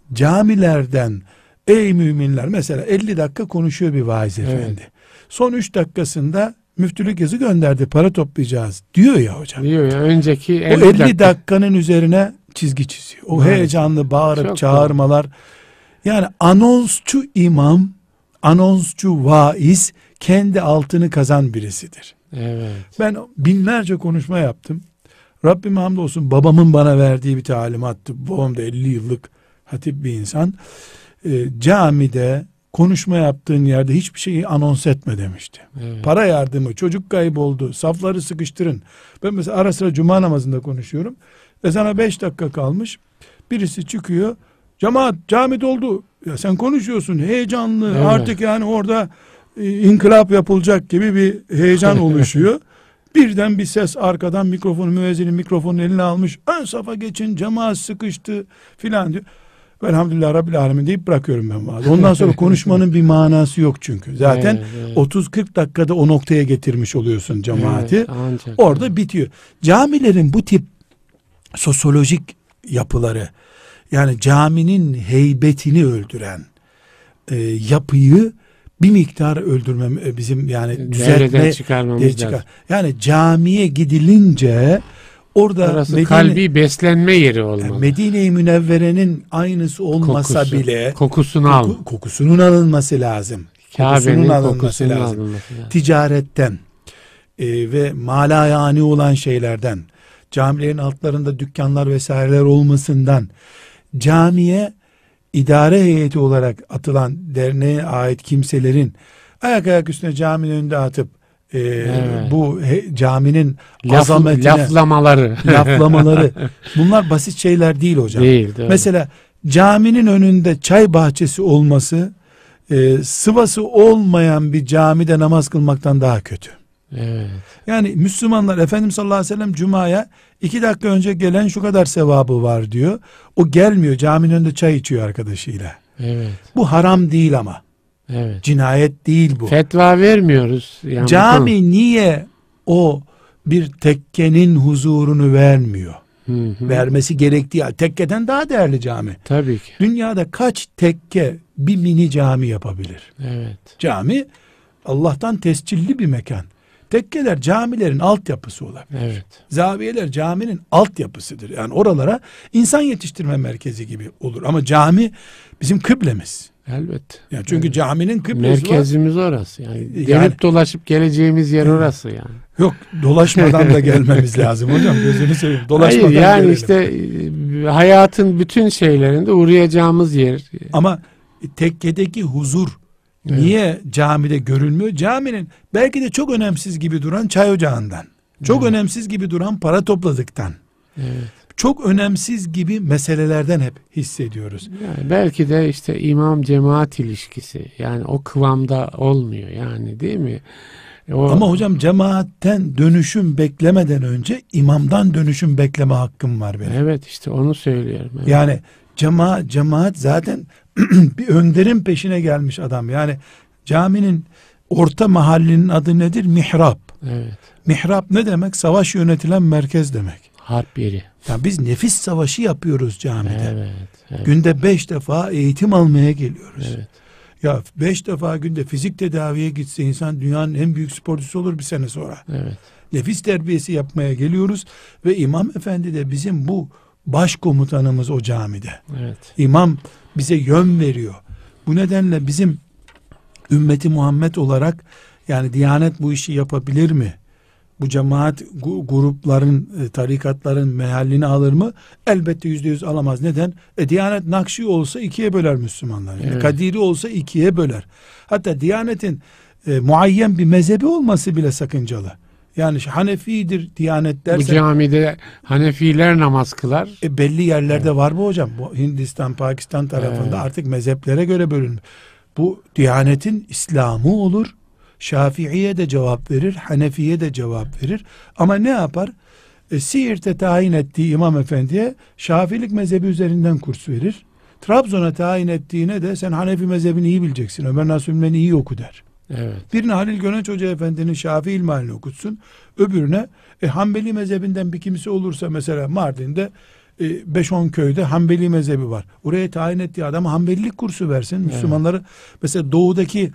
camilerden ey müminler, mesela elli dakika konuşuyor bir vaiz Evet. efendi. Son üç dakikasında müftülük yazı gönderdi, para toplayacağız diyor ya hocam. Diyor ya önceki O elli dakikanın üzerine çizgi çiziyor. O Evet. heyecanlı bağırıp Çok çağırmalar. Yani anonsçu imam, anonsçu vaiz kendi altını kazan birisidir. Evet. Ben binlerce konuşma yaptım. Rabbime hamdolsun, babamın bana verdiği bir talimattı. Babam da elli yıllık hatip bir insan. Ee, camide konuşma yaptığın yerde hiçbir şeyi anons etme demişti. Evet. Para yardımı, çocuk kayboldu, safları sıkıştırın. Ben mesela ara sıra cuma namazında konuşuyorum. Ezana beş dakika kalmış. Birisi çıkıyor. Cemaat cami doldu. Ya sen konuşuyorsun, heyecanlı. Evet. Artık yani orada e, inkılap yapılacak gibi bir heyecan oluşuyor. Birden bir ses arkadan, mikrofonu, müezzinin mikrofonunu eline almış. Ön safa geçin, cemaat sıkıştı filan diyor. Elhamdülillah Rabbil Alemin deyip bırakıyorum ben vaazı. Ondan sonra konuşmanın bir manası yok çünkü. Zaten Evet, evet. otuz kırk dakikada o noktaya getirmiş oluyorsun cemaati. Evet, ancak. Orada bitiyor. Camilerin bu tip sosyolojik yapıları, yani caminin heybetini öldüren e, yapıyı bir miktar öldürmem e, bizim yani Devreden düzeltme çıkarmamız diye çıkar. lazım. Yani camiye gidilince orada Orası Medine, kalbi beslenme yeri olmalı. Medine-i Münevvere'nin aynısı olmasa Kokusu, bile kokusunu al. koku- kokusunun alınması lazım. Kabe'nin alınması kokusunun lazım. alınması lazım. Ticaretten e, ve malayani olan şeylerden, camilerin altlarında dükkanlar vesaireler olmasından, camiye idare heyeti olarak atılan derneğe ait kimselerin ayak ayak üstüne caminin önünde atıp e, Evet. bu he, caminin Laf, azametine laflamaları. laflamaları, bunlar basit şeyler değil hocam. Değil. Doğru. Mesela caminin önünde çay bahçesi olması e, sıvası olmayan bir camide namaz kılmaktan daha kötü. Evet. Yani Müslümanlar, Efendimiz sallallahu aleyhi ve sellem Cuma'ya iki dakika önce gelen şu kadar sevabı var diyor. O gelmiyor, caminin önünde çay içiyor arkadaşıyla. Evet. Bu haram değil ama. Evet. Cinayet değil bu. Fetva vermiyoruz. Yani bu Cami konu- niye o bir tekkenin huzurunu vermiyor? Hı hı. Vermesi gerektiği, tekkeden daha değerli cami. Tabii ki. Dünyada kaç tekke bir mini cami yapabilir? Evet. Cami Allah'tan tescilli bir mekan. Tekkeler camilerin altyapısı olabilir. Evet. Zaviyeler caminin altyapısıdır. Yani oralara insan yetiştirme merkezi gibi olur. Ama cami bizim kıblemiz. Elbette. Yani çünkü caminin kıblesi var. Merkezimiz orası. Yani, Yani- dönüp dolaşıp geleceğimiz yer orası yani. Yok, dolaşmadan da gelmemiz lazım hocam. Gözünü seveyim. Dolaşmadan Hayır yani gelelim. işte e, hayatın bütün şeylerinde uğrayacağımız yer. Ama tekkedeki huzur Evet. niye camide görülmüyor? Caminin belki de çok önemsiz gibi duran çay ocağından, çok Evet. önemsiz gibi duran para topladıktan, Evet. çok önemsiz gibi meselelerden hep hissediyoruz. Yani belki de işte imam cemaat ilişkisi yani o kıvamda olmuyor yani değil mi? O, Ama hocam cemaatten dönüşüm beklemeden önce imamdan dönüşüm bekleme hakkım var benim. evet işte onu söylüyorum. Evet. Yani cemaat, cemaat zaten bir önderin peşine gelmiş adam. Yani caminin orta mahallinin adı nedir? Mihrap. Evet. Mihrap ne demek? Savaş yönetilen merkez demek. Harp yeri. Yani biz nefis savaşı yapıyoruz camide. Evet, evet. Günde beş defa eğitim almaya geliyoruz. Evet. Ya beş defa günde fizik tedaviye gitse insan dünyanın en büyük sporcusu olur bir sene sonra. Evet. Nefis terbiyesi yapmaya geliyoruz ve İmam Efendi de bizim bu başkomutanımız o camide. Evet. İmam bize yön veriyor. Bu nedenle bizim ümmeti Muhammed olarak, yani Diyanet bu işi yapabilir mi? Bu cemaat grupların, tarikatların mehallini alır mı? Elbette yüzde yüz alamaz. Neden? E, Diyanet Nakşi olsa ikiye böler Müslümanlar. Yani evet. Kadiri olsa ikiye böler. Hatta Diyanet'in e, muayyen bir mezhebi olması bile sakıncalı. Yani Hanefidir Diyanet dersen. Bu camide Hanefiler namaz kılar. E, belli yerlerde evet. var bu hocam. Bu Hindistan, Pakistan tarafında evet. artık mezheplere göre bölünmüş. Bu Diyanet'in İslam'ı olur. Şafii'ye de cevap verir, Hanefi'ye de cevap verir. Ama ne yapar? E, Siirt'e tayin ettiği İmam Efendi'ye Şafiilik mezhebi üzerinden kurs verir. Trabzon'a tayin ettiğine de sen Hanefi mezhebini iyi bileceksin, Ömer Nasuh İlmeni iyi oku der. Evet. Birine Halil Gönenç Hoca Efendi'nin Şafii ilmihalini okutsun. Öbürüne e, Hanbeli mezhebinden bir kimse olursa, mesela Mardin'de beş on köyde Hanbeli mezhebi var. Oraya tayin ettiği adama Hanbelilik kursu versin. Evet. Müslümanları, mesela doğudaki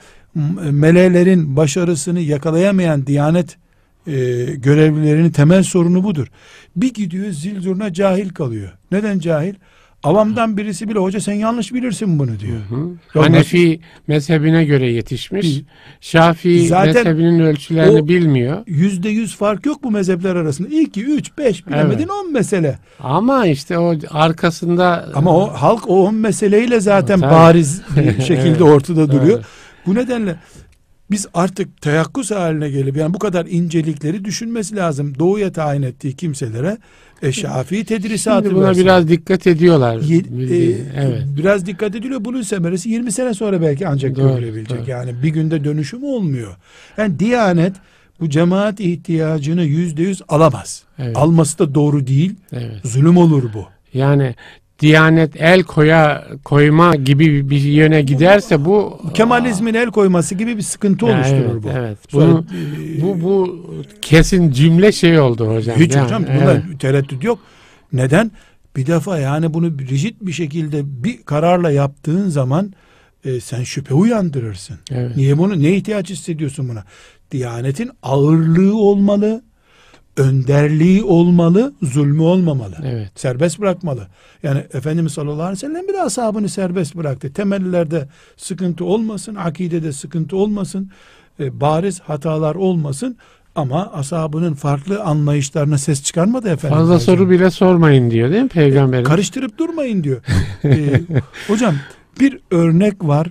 melelerin başarısını yakalayamayan Diyanet e, görevlilerinin temel sorunu budur. Bir gidiyor zil zurna cahil kalıyor. Neden cahil? Avamdan birisi bile hoca sen yanlış bilirsin bunu diyor. Hı hı. Hanefi nasıl? Mezhebine göre yetişmiş. Hı. Şafii zaten mezhebinin ölçülerini o bilmiyor. Yüzde yüz fark yok bu mezhepler arasında. iki, üç, beş bilemedin evet. on mesele. Ama işte o arkasında. Ama o halk o on meseleyle zaten tabii. bariz bir şekilde evet. ortada duruyor. Evet. Bu nedenle biz artık teyakkuz haline gelip, yani bu kadar incelikleri düşünmesi lazım. Doğuya tayin ettiği kimselere e, Şafii tedrisatı Şimdi buna versin. biraz dikkat ediyorlar. Ye, e, evet. Biraz dikkat ediliyor. Bunun semeresi yirmi sene sonra belki ancak doğru, görülebilecek. Doğru. Yani bir günde dönüşüm olmuyor. Yani Diyanet bu cemaat ihtiyacını yüzde yüz alamaz. Evet. Alması da doğru değil. Evet. Zulüm olur bu. Yani Diyanet el koya koyma gibi bir yöne giderse bu Kemalizmin el koyması gibi bir sıkıntı yani oluşturur evet, bu. Evet. Bunu, Sonra, bu bu kesin cümle şey oldu hocam. Hiç yani, hocam bunda evet. tereddüt yok. Neden? Bir defa yani bunu rigid bir şekilde bir kararla yaptığın zaman e, sen şüphe uyandırırsın. Evet. Niye bunu? Ne ihtiyaç hissediyorsun buna? Diyanetin ağırlığı olmalı. Önderliği olmalı, zulmü olmamalı. Evet. Serbest bırakmalı. Yani Efendimiz sallallahu aleyhi ve sellem bir de ashabını serbest bıraktı. Temellerde sıkıntı olmasın, akidede sıkıntı olmasın, e, bariz hatalar olmasın, ama ashabının farklı anlayışlarına ses çıkarmadı Efendimiz. Fazla hocam. Soru bile sormayın diyor değil mi Peygamberimiz? E, karıştırıp durmayın diyor. e, hocam bir örnek var.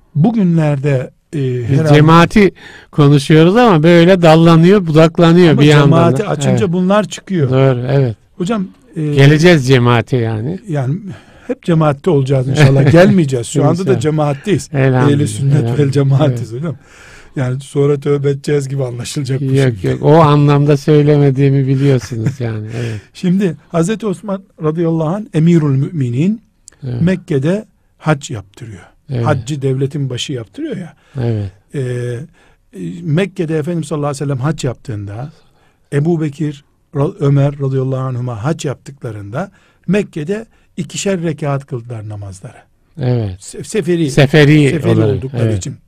Bugünlerde Ee, cemaati konuşuyoruz ama böyle dallanıyor, budaklanıyor ama bir yandan. Cemaati açınca evet. bunlar çıkıyor. Doğru, evet. Hocam e, geleceğiz cemaate yani. Yani hep cemaatte olacağız inşallah. Gelmeyeceğiz. Şu anda da cemaatteyiz. Ehli sünnet vel cemaatiz evet. hocam. Yani sonra tövbe edeceğiz gibi anlaşılacak. Yok yok. Şey. O anlamda söylemediğimi biliyorsunuz yani. Evet. Şimdi Hazreti Osman radıyallahu anh emirül müminin evet. Mekke'de hac yaptırıyor. Evet. Haccı devletin başı yaptırıyor ya. Evet. Ee, Mekke'de Efendimiz sallallahu aleyhi ve sellem hac yaptığında, Ebu Bekir, Ömer radıyallahu anhuma hac yaptıklarında Mekke'de ikişer rekat kıldılar namazları. Evet. Seferi, seferi, seferi olarak, oldukları evet. için.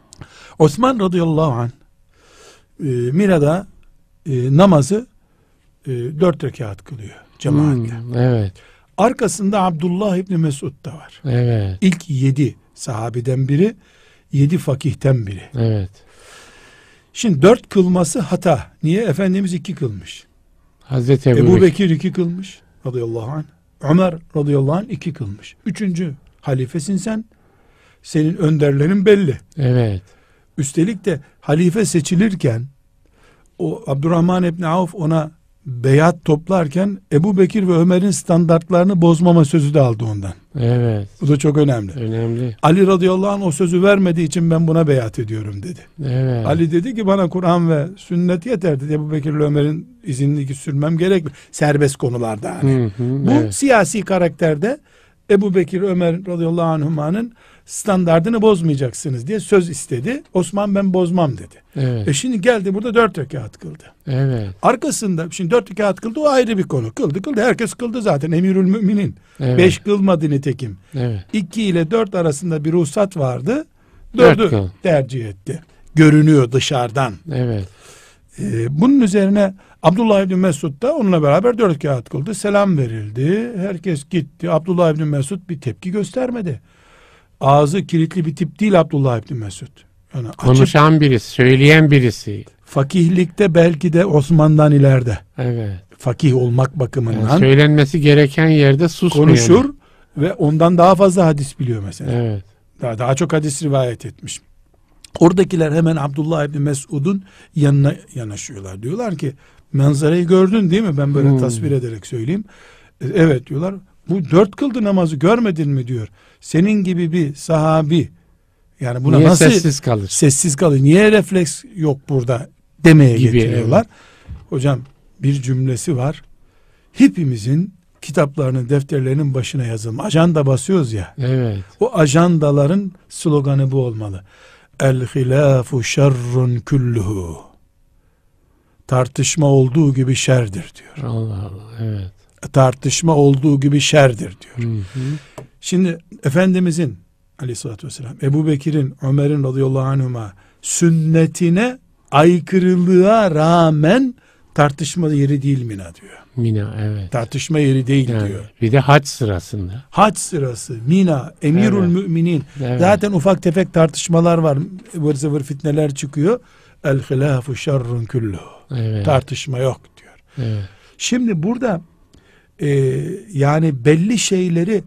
Osman radıyallahu anh e, Mina'da e, namazı e, dört rekat kılıyor cemaatle. Hmm, evet. Arkasında Abdullah İbni Mesud da var. Evet. İlk yedi sahabeden biri, yedi fakihten biri. Evet. Şimdi dört kılması hata. Niye? Efendimiz iki kılmış. Hazreti Ebu, Ebu Bekir iki kılmış radıyallahu anh. Ömer radıyallahu anh iki kılmış. Üçüncü halifesin sen. Senin önderlerin belli. Evet. Üstelik de halife seçilirken o Abdurrahman İbni Avf ona beyat toplarken Ebu Bekir ve Ömer'in standartlarını bozmama sözü de aldı ondan. Evet. Bu da çok önemli. Önemli. Ali radıyallahu anh o sözü vermediği için ben buna beyat ediyorum dedi. Evet. Ali dedi ki bana Kur'an ve sünnet yeter dedi. Ebu Bekir ve Ömer'in izinli sürmem gerekmiyor. Serbest konularda hani. Hı hı, Bu evet. siyasi karakterde Ebu Bekir Ömer radıyallahu anhuma'nın standardını bozmayacaksınız diye söz istedi. Osman ben bozmam dedi. Evet. E şimdi geldi burada dört rekat kıldı. Evet. Arkasında şimdi dört rekat kıldı, o ayrı bir konu. Kıldı kıldı, herkes kıldı zaten, emirül müminin. Evet. Beş kılmadı nitekim. Evet. iki ile dört arasında bir ruhsat vardı. Dört Dördü kıl. tercih etti. Görünüyor dışarıdan. Evet. Ee, bunun üzerine Abdullah İbni Mesud da onunla beraber dört kağıt kıldı. Selam verildi. Herkes gitti. Abdullah İbni Mesud bir tepki göstermedi. Ağzı kilitli bir tip değil Abdullah İbni Mesud. Yani açık, Konuşan birisi, söyleyen birisi. fakihlikte belki de Osman'dan ileride. Evet. Fakih olmak bakımından Yani söylenmesi gereken yerde susmuyor. konuşur ve ondan daha fazla hadis biliyor mesela. Evet. Daha, daha çok hadis rivayet etmiş. Oradakiler hemen Abdullah İbni Mesud'un yanına yanaşıyorlar. Diyorlar ki manzarayı gördün değil mi? Ben böyle Hmm. tasvir ederek söyleyeyim. E, evet diyorlar. Bu dört kıldı namazı görmedin mi diyor. Senin gibi bir sahabi, yani buna Niye nasıl sessiz kalır? sessiz kalır? Niye refleks yok burada demeye Gibi, getiriyorlar. Hocam bir cümlesi var. Hepimizin kitaplarının, defterlerinin başına yazılmış. Ajanda basıyoruz ya. Evet. O ajandaların sloganı bu olmalı. El hilafu şerrun kulluhu. Tartışma olduğu gibi şerdir diyor. Allah Allah. Evet. Tartışma olduğu gibi şerdir diyor. Hı hı. Şimdi Efendimizin aleyhissalatü vesselam, Ebu Bekir'in, Ömer'in radıyallahu anhuma sünnetine aykırılığa rağmen tartışma yeri değil Mina diyor. Mina, evet. Tartışma yeri değil Yani diyor. bir de hac sırasında. Hac sırası, Mina, emirül Evet. müminin. Evet. Zaten ufak tefek tartışmalar var. Vır zıvır fitneler çıkıyor. El hilafu şerrun kulluhu. Evet. Tartışma yok diyor. Evet. Şimdi burada e, yani belli şeyleri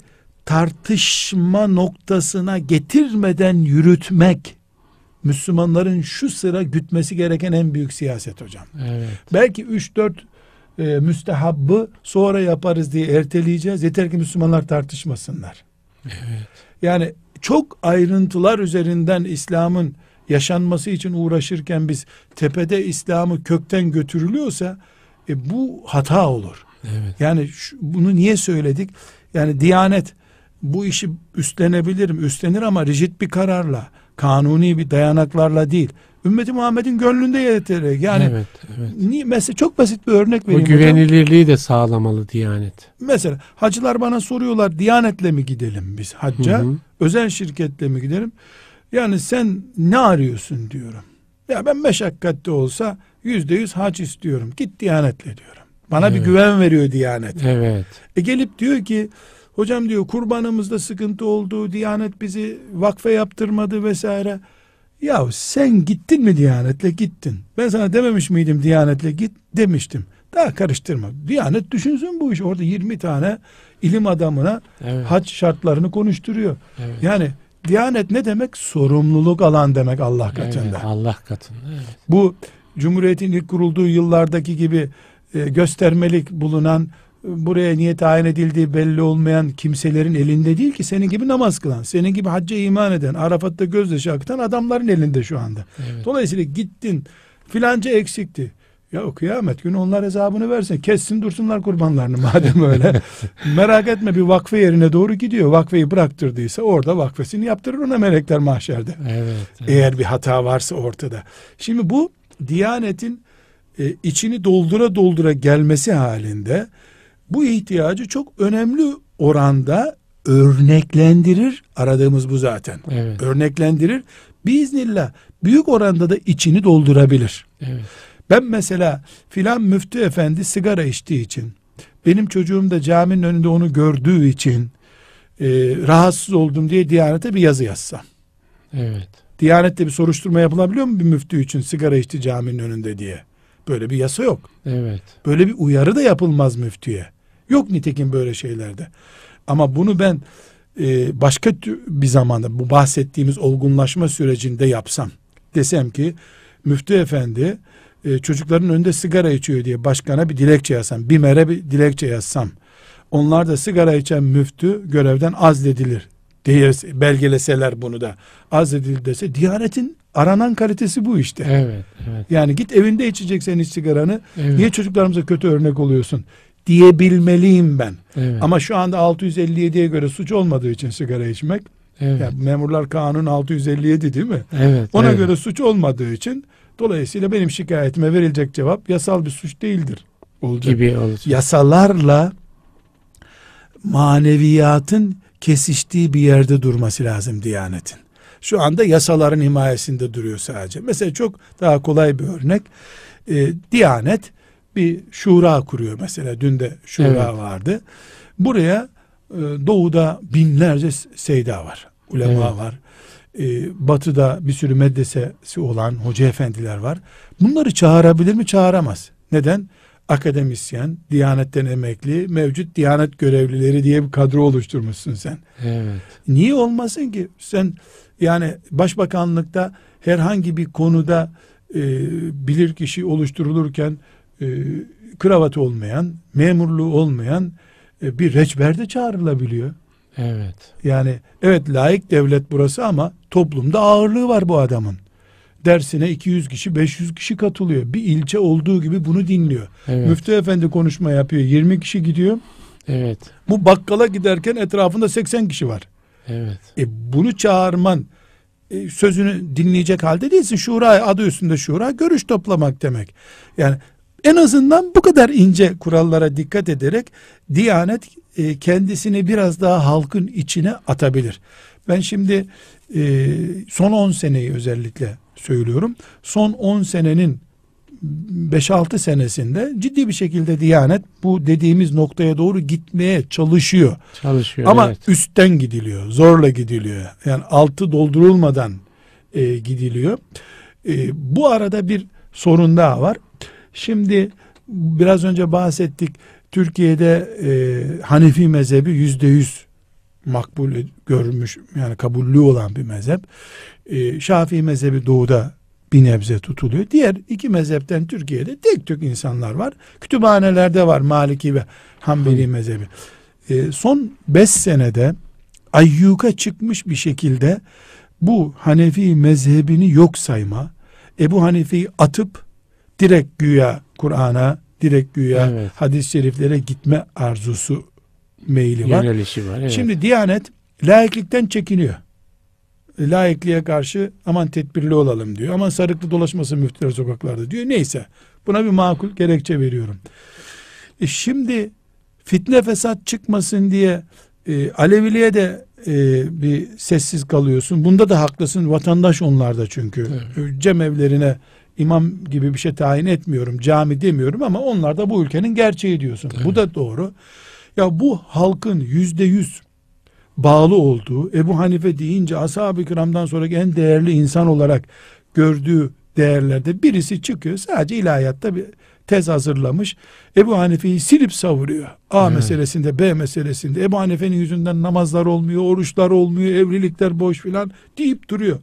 tartışma noktasına getirmeden yürütmek Müslümanların şu sıra gütmesi gereken en büyük siyaset hocam. Evet. Belki üç dört e, müstehabbı sonra yaparız diye erteleyeceğiz. Yeter ki Müslümanlar tartışmasınlar. Evet. Yani çok ayrıntılar üzerinden İslam'ın yaşanması için uğraşırken biz tepede İslam'ı kökten götürülüyorsa e, bu hata olur. Evet. Yani şu, bunu niye söyledik? Yani Diyanet bu işi üstlenebilir mi? Üstlenir ama rigid bir kararla, kanuni bir dayanaklarla değil. Ümmeti Muhammed'in gönlünde yeterli. Yani evet, evet. niye, mesela çok basit bir örnek O vereyim. hocam. güvenilirliği de sağlamalı Diyanet. Mesela hacılar bana soruyorlar, Diyanetle mi gidelim biz hacca? Hı hı. Özel şirketle mi gidelim? Yani sen ne arıyorsun diyorum. Ya ben meşakkatli olsa yüzde yüz hac istiyorum. Git Diyanetle diyorum. Bana Evet. bir güven veriyor Diyanet. Evet. E gelip diyor ki hocam diyor kurbanımızda sıkıntı oldu. Diyanet bizi vakfe yaptırmadı vesaire. Ya sen gittin mi Diyanetle? Gittin. Ben sana dememiş miydim Diyanetle git? Demiştim. Daha karıştırma. Diyanet düşünsün bu iş. Orada yirmi tane ilim adamına Evet. hac şartlarını konuşturuyor. Evet. Yani Diyanet ne demek? Sorumluluk alan demek Allah katında. Evet, Allah katında. Evet. Bu Cumhuriyet'in ilk kurulduğu yıllardaki gibi e, göstermelik bulunan, e, buraya niye tayin edildiği belli olmayan kimselerin elinde değil ki, senin gibi namaz kılan, senin gibi hacca iman eden, Arafat'ta gözyaşı akıtan adamların elinde şu anda. Evet. Dolayısıyla gittin filanca eksikti. Ya o kıyamet günü onlar hesabını versin. Kessin dursunlar kurbanlarını madem öyle. Merak etme, bir vakfe yerine doğru gidiyor. Vakfeyi bıraktırdıysa orada vakfesini yaptırır ona melekler mahşerde. Evet, evet. Eğer bir hata varsa ortada. Şimdi bu Diyanet'in e, içini doldura doldura gelmesi halinde bu ihtiyacı çok önemli oranda örneklendirir. Aradığımız bu zaten. Evet. Örneklendirir. Biiznillah büyük oranda da içini doldurabilir. Evet. Ben mesela filan müftü efendi sigara içtiği için, benim çocuğum da caminin önünde onu gördüğü için e, rahatsız oldum diye Diyanet'e bir yazı yazsam. Evet. Diyanet'te bir soruşturma yapılabiliyor mu bir müftü için sigara içti caminin önünde diye? Böyle bir yasa yok. Evet. Böyle bir uyarı da yapılmaz müftüye. Yok nitekim böyle şeylerde. Ama bunu ben e, başka bir zamanda, bu bahsettiğimiz olgunlaşma sürecinde yapsam, desem ki müftü efendi e, çocukların önünde sigara içiyor diye başkana bir dilekçe yazsam, BİMER'e bir dilekçe yazsam, onlar da sigara içen müftü görevden azledilir diye belgeleseler, bunu da azledilir dese, Diyanet'in aranan kalitesi bu işte. Evet. Evet. Yani git evinde içeceksen iç sigaranı, Evet. niye çocuklarımıza kötü örnek oluyorsun diyebilmeliyim ben. Evet. Ama şu anda altı yüz elli yediye göre suç olmadığı için sigara içmek, Evet. Yani Memurlar Kanunu altı yüz elli yedi değil mi? Evet. Ona evet. göre suç olmadığı için dolayısıyla benim şikayetime verilecek cevap yasal bir suç değildir olacak. Gibi olacak. Yasalarla maneviyatın kesiştiği bir yerde durması lazım Diyanet'in. Şu anda yasaların himayesinde duruyor sadece. Mesela çok daha kolay bir örnek. E, Diyanet bir şura kuruyor mesela. Dün de şura Evet. vardı. Buraya e, doğuda binlerce seyda var. Ulema Evet. var. E, batıda bir sürü medresesi olan hoca efendiler var. Bunları çağırabilir mi? Çağıramaz. Neden? Akademisyen, Diyanet'ten emekli, mevcut Diyanet görevlileri diye bir kadro oluşturmuşsun sen. Evet. Niye olmasın ki? Sen yani başbakanlıkta herhangi bir konuda e, bilirkişi oluşturulurken e, kravatı olmayan, memurluğu olmayan e, bir reçber de çağrılabiliyor. Evet. Yani evet laik devlet burası ama toplumda ağırlığı var bu adamın. Dersine iki yüz kişi, beş yüz kişi katılıyor. Bir ilçe olduğu gibi bunu dinliyor. Evet. Müftü efendi konuşma yapıyor. yirmi kişi gidiyor. Evet. Bu bakkala giderken etrafında seksen kişi var. Evet. E bunu çağırman, e, sözünü dinleyecek halde değilsin. Şura, adı üstünde şura, görüş toplamak demek. Yani en azından bu kadar ince kurallara dikkat ederek Diyanet e, kendisini biraz daha halkın içine atabilir. Ben şimdi e, son on seneyi özellikle söylüyorum. Son on senenin beş altı senesinde ciddi bir şekilde Diyanet bu dediğimiz noktaya doğru gitmeye çalışıyor. Çalışıyor. Ama evet. üstten gidiliyor, zorla gidiliyor. Yani altı doldurulmadan e, gidiliyor. E, bu arada bir sorun daha var. Şimdi biraz önce bahsettik. Türkiye'de e, Hanefi mezhebi yüzde yüz makbul görmüş, yani kabullü olan bir mezhep. E, Şafii mezhebi doğuda bir nebze tutuluyor. Diğer iki mezhepten Türkiye'de tek tük insanlar var. Kütüphanelerde var Maliki ve Hanbeli mezhebi. E, son beş senede ayyuka çıkmış bir şekilde bu Hanefi mezhebini yok sayma, Ebu Hanife'yi atıp direkt güya Kur'an'a, direkt güya Evet. hadis-i şeriflere gitme arzusu, meyli var. Yönelişi var. Evet. Şimdi Diyanet laiklikten çekiniyor. Laikliğe karşı aman tedbirli olalım diyor. Aman sarıklı dolaşmasın müftüler sokaklarda diyor. Neyse. Buna bir makul gerekçe veriyorum. E şimdi fitne fesat çıkmasın diye e, Aleviliğe de e, bir sessiz kalıyorsun. Bunda da haklısın. Vatandaş onlarda çünkü. Evet. Cemevlerine imam gibi bir şey tayin etmiyorum. Cami demiyorum ama onlar da bu ülkenin gerçeği diyorsun. Evet. Bu da doğru. Ya bu halkın yüzde yüz bağlı olduğu, Ebu Hanife deyince ashab-ı kiramdan sonraki en değerli insan olarak gördüğü değerlerde birisi çıkıyor. Sadece ilahiyatta bir tez hazırlamış. Ebu Hanife'yi silip savuruyor. A Evet. meselesinde, B meselesinde. Ebu Hanife'nin yüzünden namazlar olmuyor, oruçlar olmuyor, evlilikler boş filan deyip duruyor.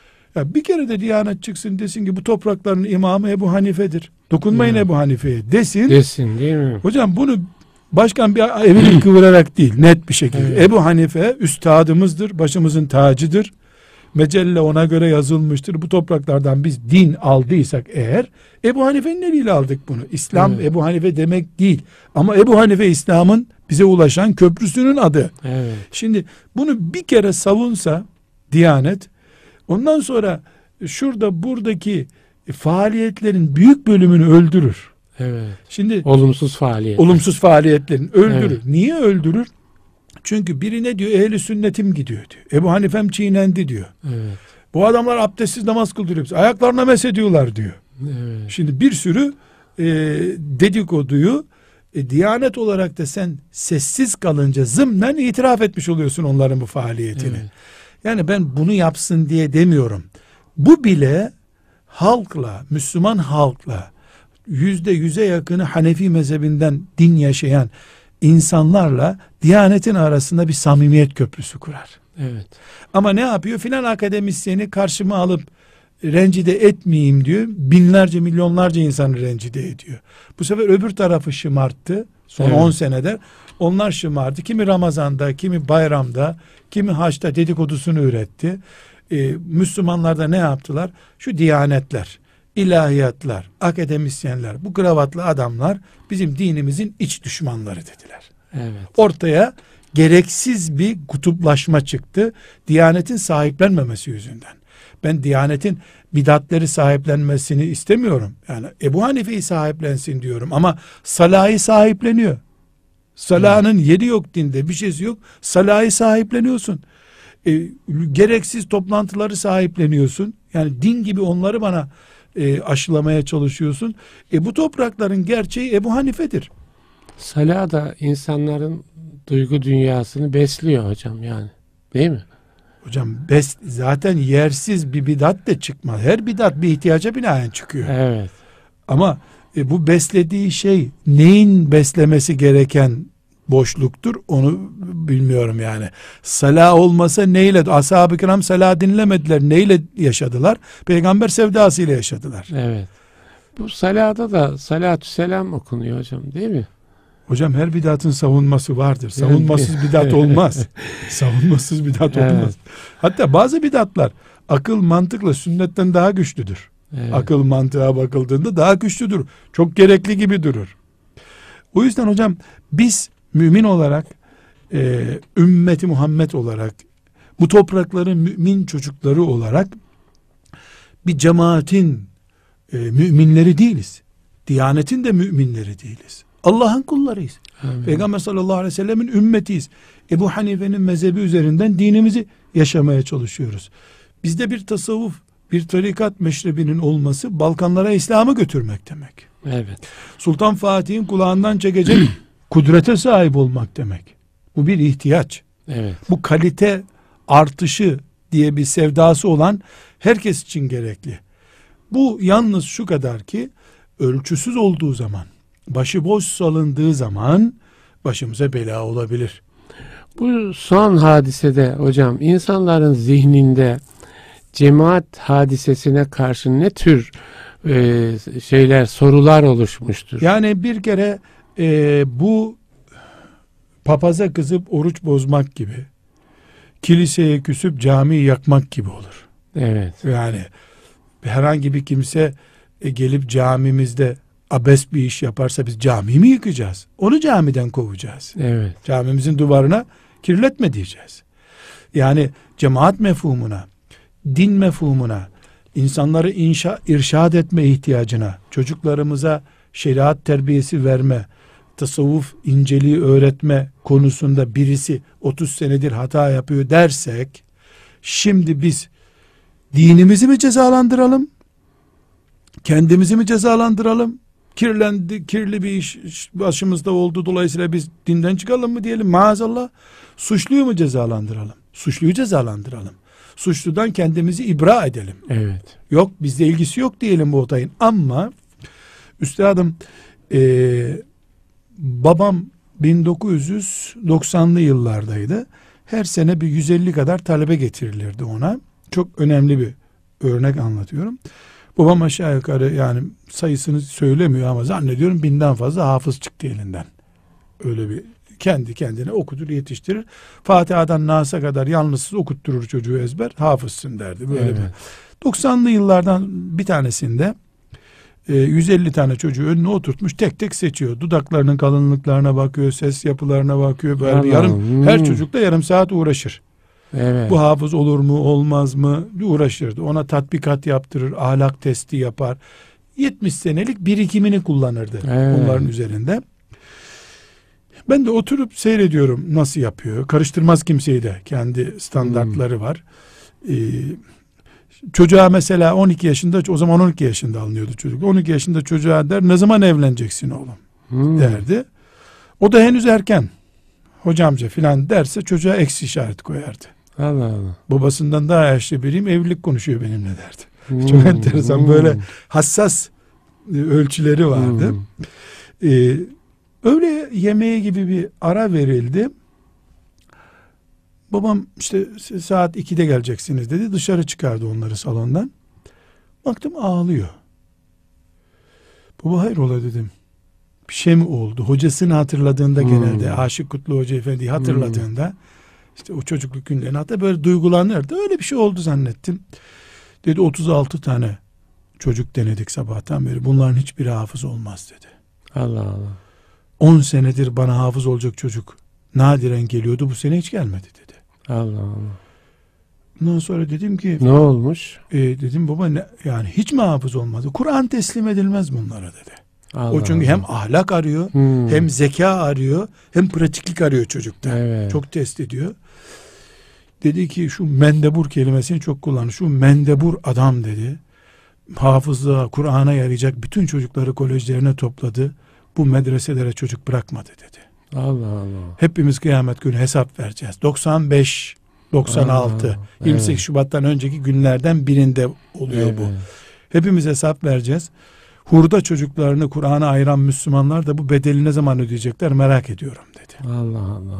Ya bir kere de Diyanet çıksın desin ki bu toprakların imamı Ebu Hanife'dir. Dokunmayın Evet. Ebu Hanife'ye desin. Desin değil mi? Hocam bunu başkan bir evini kıvırarak değil, net bir şekilde. Evet. Ebu Hanife üstadımızdır, başımızın tacıdır. Mecelle ona göre yazılmıştır. Bu topraklardan biz din aldıysak eğer, Ebu Hanife'nin eliyle aldık bunu. İslam Evet. Ebu Hanife demek değil. Ama Ebu Hanife İslam'ın bize ulaşan köprüsünün adı. Evet. Şimdi bunu bir kere savunsa Diyanet, ondan sonra şurada buradaki faaliyetlerin büyük bölümünü öldürür. Evet. Şimdi Olumsuz faaliyet. olumsuz faaliyetlerin öldürür. Evet. Niye öldürür? Çünkü biri ne diyor? Ehli sünnetim gidiyor diyor. Ebu Hanifem çiğnendi diyor. Evet. Bu adamlar abdestsiz namaz kıldırıyor. Ayaklarına mesediyorlar diyor. Evet. Şimdi bir sürü e, dedikoduyu e, Diyanet olarak da sen sessiz kalınca zımnen itiraf etmiş oluyorsun onların bu faaliyetini. Evet. Yani ben bunu yapsın diye demiyorum. Bu bile halkla, Müslüman halkla yüzde yüze yakını Hanefi mezhebinden din yaşayan insanlarla Diyanetin arasında bir samimiyet köprüsü kurar. Evet. Ama ne yapıyor? Filan akademisyeni karşıma alıp rencide etmeyeyim diyor. Binlerce, milyonlarca insanı rencide ediyor. Bu sefer öbür tarafı şımarttı. Son Evet. on senede onlar şımardı. Kimi Ramazan'da, kimi bayramda, kimi haçta dedikodusunu üretti. Ee, Müslümanlar da ne yaptılar? Şu diyanetler, ilahiyatlar, akademisyenler, bu kravatlı adamlar bizim dinimizin iç düşmanları dediler. Evet. Ortaya gereksiz bir kutuplaşma çıktı. Diyanetin sahiplenmemesi yüzünden. Ben Diyanetin bidatleri sahiplenmesini istemiyorum. Yani Ebu Hanife'yi sahiplensin diyorum ama Salah'ı sahipleniyor. Salah'ın yeri yok dinde, bir şeysi yok. Salah'ı sahipleniyorsun. E, gereksiz toplantıları sahipleniyorsun. Yani din gibi onları bana e, aşılamaya çalışıyorsun. E, bu toprakların gerçeği Ebu Hanife'dir. Salah da insanların duygu dünyasını besliyor hocam yani. Değil mi? Hocam bes, zaten yersiz bir bidat de çıkmaz. Her bidat bir ihtiyaca binaen çıkıyor. Evet. Ama e, bu beslediği şey neyin beslemesi gereken boşluktur onu bilmiyorum yani. Salah olmasa neyle? Ashab-ı kiram salah dinlemediler. Neyle yaşadılar? Peygamber sevdasıyla yaşadılar. Evet. Bu salada da salatü selam okunuyor hocam değil mi? Hocam her bidatın savunması vardır. Savunmasız bidat olmaz. Savunmasız bidat Evet. olmaz. Hatta bazı bidatlar akıl mantıkla sünnetten daha güçlüdür. Evet. Akıl mantığa bakıldığında daha güçlüdür. Çok gerekli gibi durur. O yüzden hocam biz mümin olarak e, ümmeti Muhammed olarak bu toprakların mümin çocukları olarak bir cemaatin e, müminleri değiliz. Diyanetin de müminleri değiliz. Allah'ın kullarıyız. Amin. Peygamber sallallahu aleyhi ve sellemin ümmetiyiz. Ebu Hanife'nin mezhebi üzerinden dinimizi yaşamaya çalışıyoruz. Bizde bir tasavvuf, bir tarikat meşrebinin olması Balkanlara İslam'ı götürmek demek. Evet. Sultan Fatih'in kulağından çekecek kudrete sahip olmak demek. Bu bir ihtiyaç. Evet. Bu kalite artışı diye bir sevdası olan herkes için gerekli. Bu yalnız şu kadar ki ölçüsüz olduğu zaman, başıboş salındığı zaman başımıza bela olabilir. Bu son hadisede hocam insanların zihninde cemaat hadisesine karşı ne tür e, şeyler, sorular oluşmuştur? Yani bir kere e, bu papaza kızıp oruç bozmak gibi, kiliseye küsüp camiyi yakmak gibi olur. Evet. Yani herhangi bir kimse e, gelip camimizde abes bir iş yaparsa biz camiyi mi yıkacağız? Onu camiden kovacağız. Evet. Camimizin duvarına kirletme diyeceğiz. Yani cemaat mefhumuna, din mefhumuna, insanları inşa, irşad etme ihtiyacına, çocuklarımıza şeriat terbiyesi verme, tasavvuf inceliği öğretme konusunda birisi otuz senedir hata yapıyor dersek, şimdi biz dinimizi mi cezalandıralım? Kendimizi mi cezalandıralım? Kirlendi, kirli bir iş başımızda oldu, dolayısıyla biz dinden çıkalım mı diyelim? Maazallah. Suçluyu mu cezalandıralım? Suçluyu cezalandıralım. Suçludan kendimizi ibra edelim. Evet. Yok, bizde ilgisi yok diyelim bu olayın. Ama üstadım e, babam bin dokuz yüz doksanlı yıllardaydı. Her sene bir yüz elli kadar talebe getirilirdi ona. Çok önemli bir örnek anlatıyorum. Babam aşağı yukarı, yani sayısını söylemiyor ama zannediyorum binden fazla hafız çıktı elinden. Öyle bir kendi kendine okutur, yetiştirir. Fatiha'dan Nas'a kadar yalnızsız okutturur çocuğu ezber. Hafızsın derdi. Böyle Evet. bir. doksanlı yıllardan bir tanesinde e, yüz elli tane çocuğu önüne oturtmuş, tek tek seçiyor. Dudaklarının kalınlıklarına bakıyor, ses yapılarına bakıyor. Böyle bir yarım, Hmm. her çocukla yarım saat uğraşır. Evet. Bu hafız olur mu olmaz mı uğraşırdı. Ona tatbikat yaptırır, ahlak testi yapar. yetmiş senelik birikimini kullanırdı Evet. onların üzerinde. Ben de oturup seyrediyorum nasıl yapıyor. Karıştırmaz kimseyi de. Kendi standartları hmm. var. Ee, çocuğa mesela on iki yaşında, o zaman on iki yaşında alınıyordu çocuk. on iki yaşında çocuğa der, ne zaman evleneceksin oğlum hmm. derdi. O da henüz erken. Hocamca filan derse çocuğa eksi işareti koyardı. Allah Allah. Babasından daha yaşlı biriyim, evlilik konuşuyor benimle derdi. Hmm. Çok enteresan, Hmm. böyle hassas e, ölçüleri vardı. Hmm. Ee, öğle yemeği gibi bir ara verildi. Babam işte saat ikide geleceksiniz dedi. Dışarı çıkardı onları salondan. Baktım ağlıyor. Baba hayrola dedim. Bir şey mi oldu? Hocasını hatırladığında hmm. genelde Aşık Kutlu Hoca Efendi'yi hatırladığında hmm. işte o çocukluk günlerini hatta böyle duygulanırdı. Öyle bir şey oldu zannettim. Dedi otuz altı tane çocuk denedik sabahtan beri. Bunların hiçbiri hafız olmaz dedi. Allah Allah. on senedir bana hafız olacak çocuk nadiren geliyordu. Bu sene hiç gelmedi dedi. Allah Allah. Ondan sonra dedim ki ne olmuş? E, dedim baba ne, yani hiç mi hafız olmadı? Kur'an teslim edilmez bunlara dedi. Allah o çünkü Allah. hem ahlak arıyor, Hmm. hem zeka arıyor, hem pratiklik arıyor çocukta. Evet. Çok test ediyor. Dedi ki şu mendebur kelimesini çok kullanıyor. Şu mendebur adam dedi. Hafızlığa, Kur'an'a yarayacak bütün çocukları kolejlerine topladı. Bu medreselere çocuk bırakmadı dedi. Allah Allah. Hepimiz kıyamet günü hesap vereceğiz. doksan beş, doksan altı, Aa, yirmi sekiz evet. Şubat'tan önceki günlerden birinde oluyor Evet. bu. Hepimiz hesap vereceğiz. Hurda çocuklarını Kur'an'a ayıran Müslümanlar da bu bedeli ne zaman ödeyecekler merak ediyorum dedi. Allah Allah.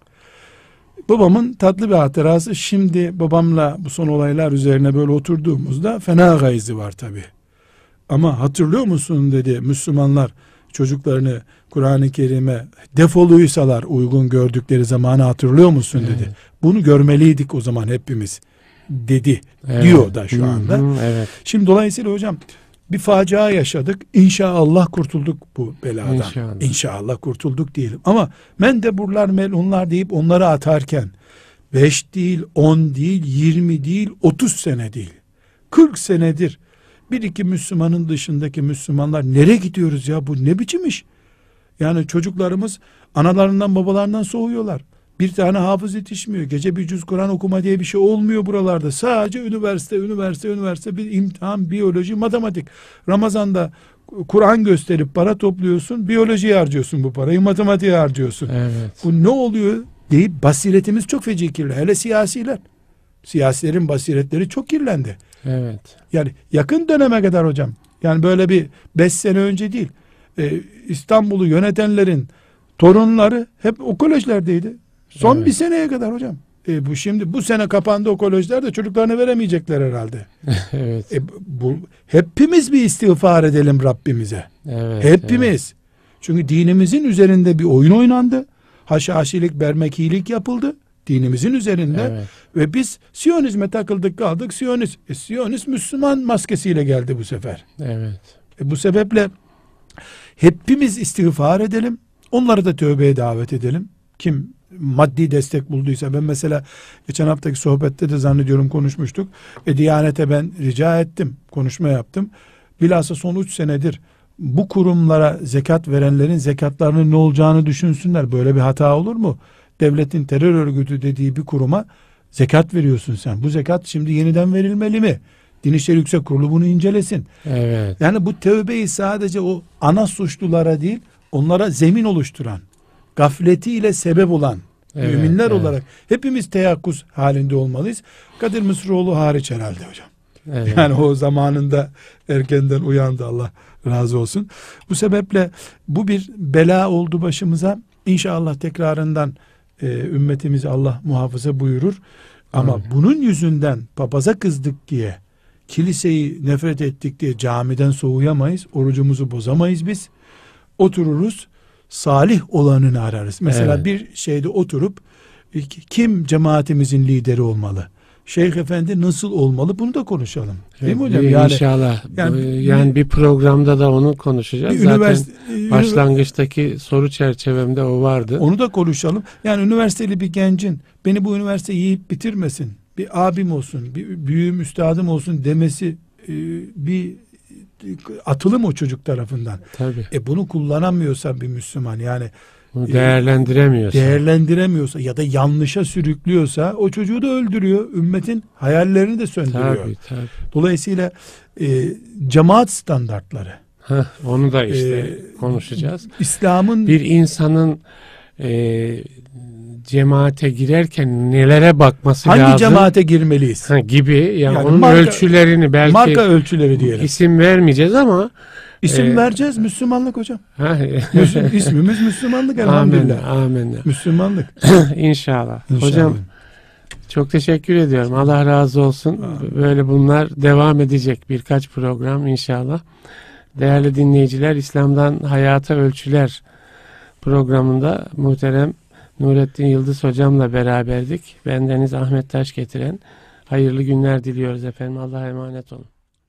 Babamın tatlı bir hatırası. Şimdi babamla bu son olaylar üzerine böyle oturduğumuzda fena gayzi var tabi. Ama hatırlıyor musun dedi, Müslümanlar çocuklarını Kur'an-ı Kerim'e defoluysalar uygun gördükleri zamanı hatırlıyor musun dedi. Evet. Bunu görmeliydik o zaman hepimiz dedi Evet. diyor da şu anda. Hı hı, evet. Şimdi dolayısıyla hocam bir facia yaşadık. İnşallah kurtulduk bu beladan. İnşallah. İnşallah kurtulduk diyelim. Ama mendeburlar, melunlar deyip onları atarken beş değil, on değil, yirmi değil, otuz sene değil, kırk senedir bir iki Müslümanın dışındaki Müslümanlar nereye gidiyoruz ya, bu ne biçim iş? Yani çocuklarımız analarından babalarından soğuyorlar. Bir tane hafız yetişmiyor. Gece bir cüz Kur'an okuma diye bir şey olmuyor buralarda. Sadece üniversite, üniversite, üniversite, bir imtihan, biyoloji, matematik. Ramazan'da Kur'an gösterip para topluyorsun, biyolojiye harcıyorsun bu parayı, matematiğe harcıyorsun. Evet. Bu ne oluyor deyip basiretimiz çok feci kirli. Hele siyasiler. Siyasilerin basiretleri çok kirlendi. Evet. Yani yakın döneme kadar hocam, yani böyle bir beş sene önce değil, e, İstanbul'u yönetenlerin torunları hep o kolejlerdeydi. Son Evet. bir seneye kadar hocam. E, bu şimdi bu sene kapandı o kolejler de çocuklarını veremeyecekler herhalde. Evet. E, bu hepimiz bir istiğfar edelim Rabbimize. Evet. Hepimiz. Evet. Çünkü dinimizin üzerinde bir oyun oynandı. Haşhaşilik, bermekilik yapıldı dinimizin üzerinde. Evet. Ve biz Siyonizme takıldık kaldık. Siyonist, e, Siyonist Müslüman maskesiyle geldi bu sefer. Evet. E, bu sebeple hepimiz istiğfar edelim. Onları da tövbeye davet edelim. Kim maddi destek bulduysa, ben mesela geçen haftaki sohbette de zannediyorum konuşmuştuk. E, Diyanete ben rica ettim. Konuşma yaptım. Bilhassa son üç senedir bu kurumlara zekat verenlerin zekatlarının ne olacağını düşünsünler. Böyle bir hata olur mu? Devletin terör örgütü dediği bir kuruma zekat veriyorsun sen. Bu zekat şimdi yeniden verilmeli mi? Din İşleri Yüksek Kurulu bunu incelesin. Evet. Yani bu tövbeyi sadece o ana suçlulara değil, onlara zemin oluşturan, gafletiyle sebep olan Evet, müminler evet. olarak hepimiz teyakkuz halinde olmalıyız. Kadir Mısıroğlu hariç herhalde hocam. Evet. Yani o zamanında erkenden uyandı, Allah razı olsun. Bu sebeple bu bir bela oldu başımıza. İnşallah tekrarından e, ümmetimizi Allah muhafaza buyurur. Ama Amin. bunun yüzünden papaza kızdık diye, kiliseyi nefret ettik diye camiden soğuyamayız. Orucumuzu bozamayız biz. Otururuz, salih olanını ararız. Mesela Evet. bir şeyde oturup kim cemaatimizin lideri olmalı? Şeyh Efendi nasıl olmalı? Bunu da konuşalım. Değil mi Evet, hocam? Yani, İnşallah. yani- Yani, yani bir programda da onu konuşacağız. bir Zaten üniversite, başlangıçtaki soru çerçevemde o vardı. onu da konuşalım. Yani üniversiteli bir gencin beni bu üniversite yiyip bitirmesin, bir abim olsun, bir büyüğüm, üstadım olsun demesi e, bir atılım o çocuk tarafından. Tabii. E bunu kullanamıyorsa bir Müslüman, yani Bunu değerlendiremiyorsun. değerlendiremiyorsa ya da yanlışa sürüklüyorsa o çocuğu da öldürüyor. Ümmetin hayallerini de söndürüyor. Tabii tabii. Dolayısıyla e, cemaat standartları, Heh, onu da işte Ee, konuşacağız. İslam'ın Bir insanın e, cemaate girerken nelere bakması hangi lazım cemaate girmeliyiz? ha, gibi yani, Yani onun marka- ölçülerini belki Marka ölçüleri diyelim. isim vermeyeceğiz ama İsim e, vereceğiz, Müslümanlık hocam. ha, Müs- İsmimiz Müslümanlık elhamdülillah. Amin, amin. Müslümanlık. İnşallah. İnşallah. Hocam çok teşekkür ediyorum. Allah razı olsun. Amin. Böyle bunlar devam edecek birkaç program inşallah. Değerli dinleyiciler, İslam'dan Hayata Ölçüler programında muhterem Nurettin Yıldız hocamla beraberdik. Bendeniz Ahmet Taş getiren hayırlı günler diliyoruz efendim. Allah'a emanet olun.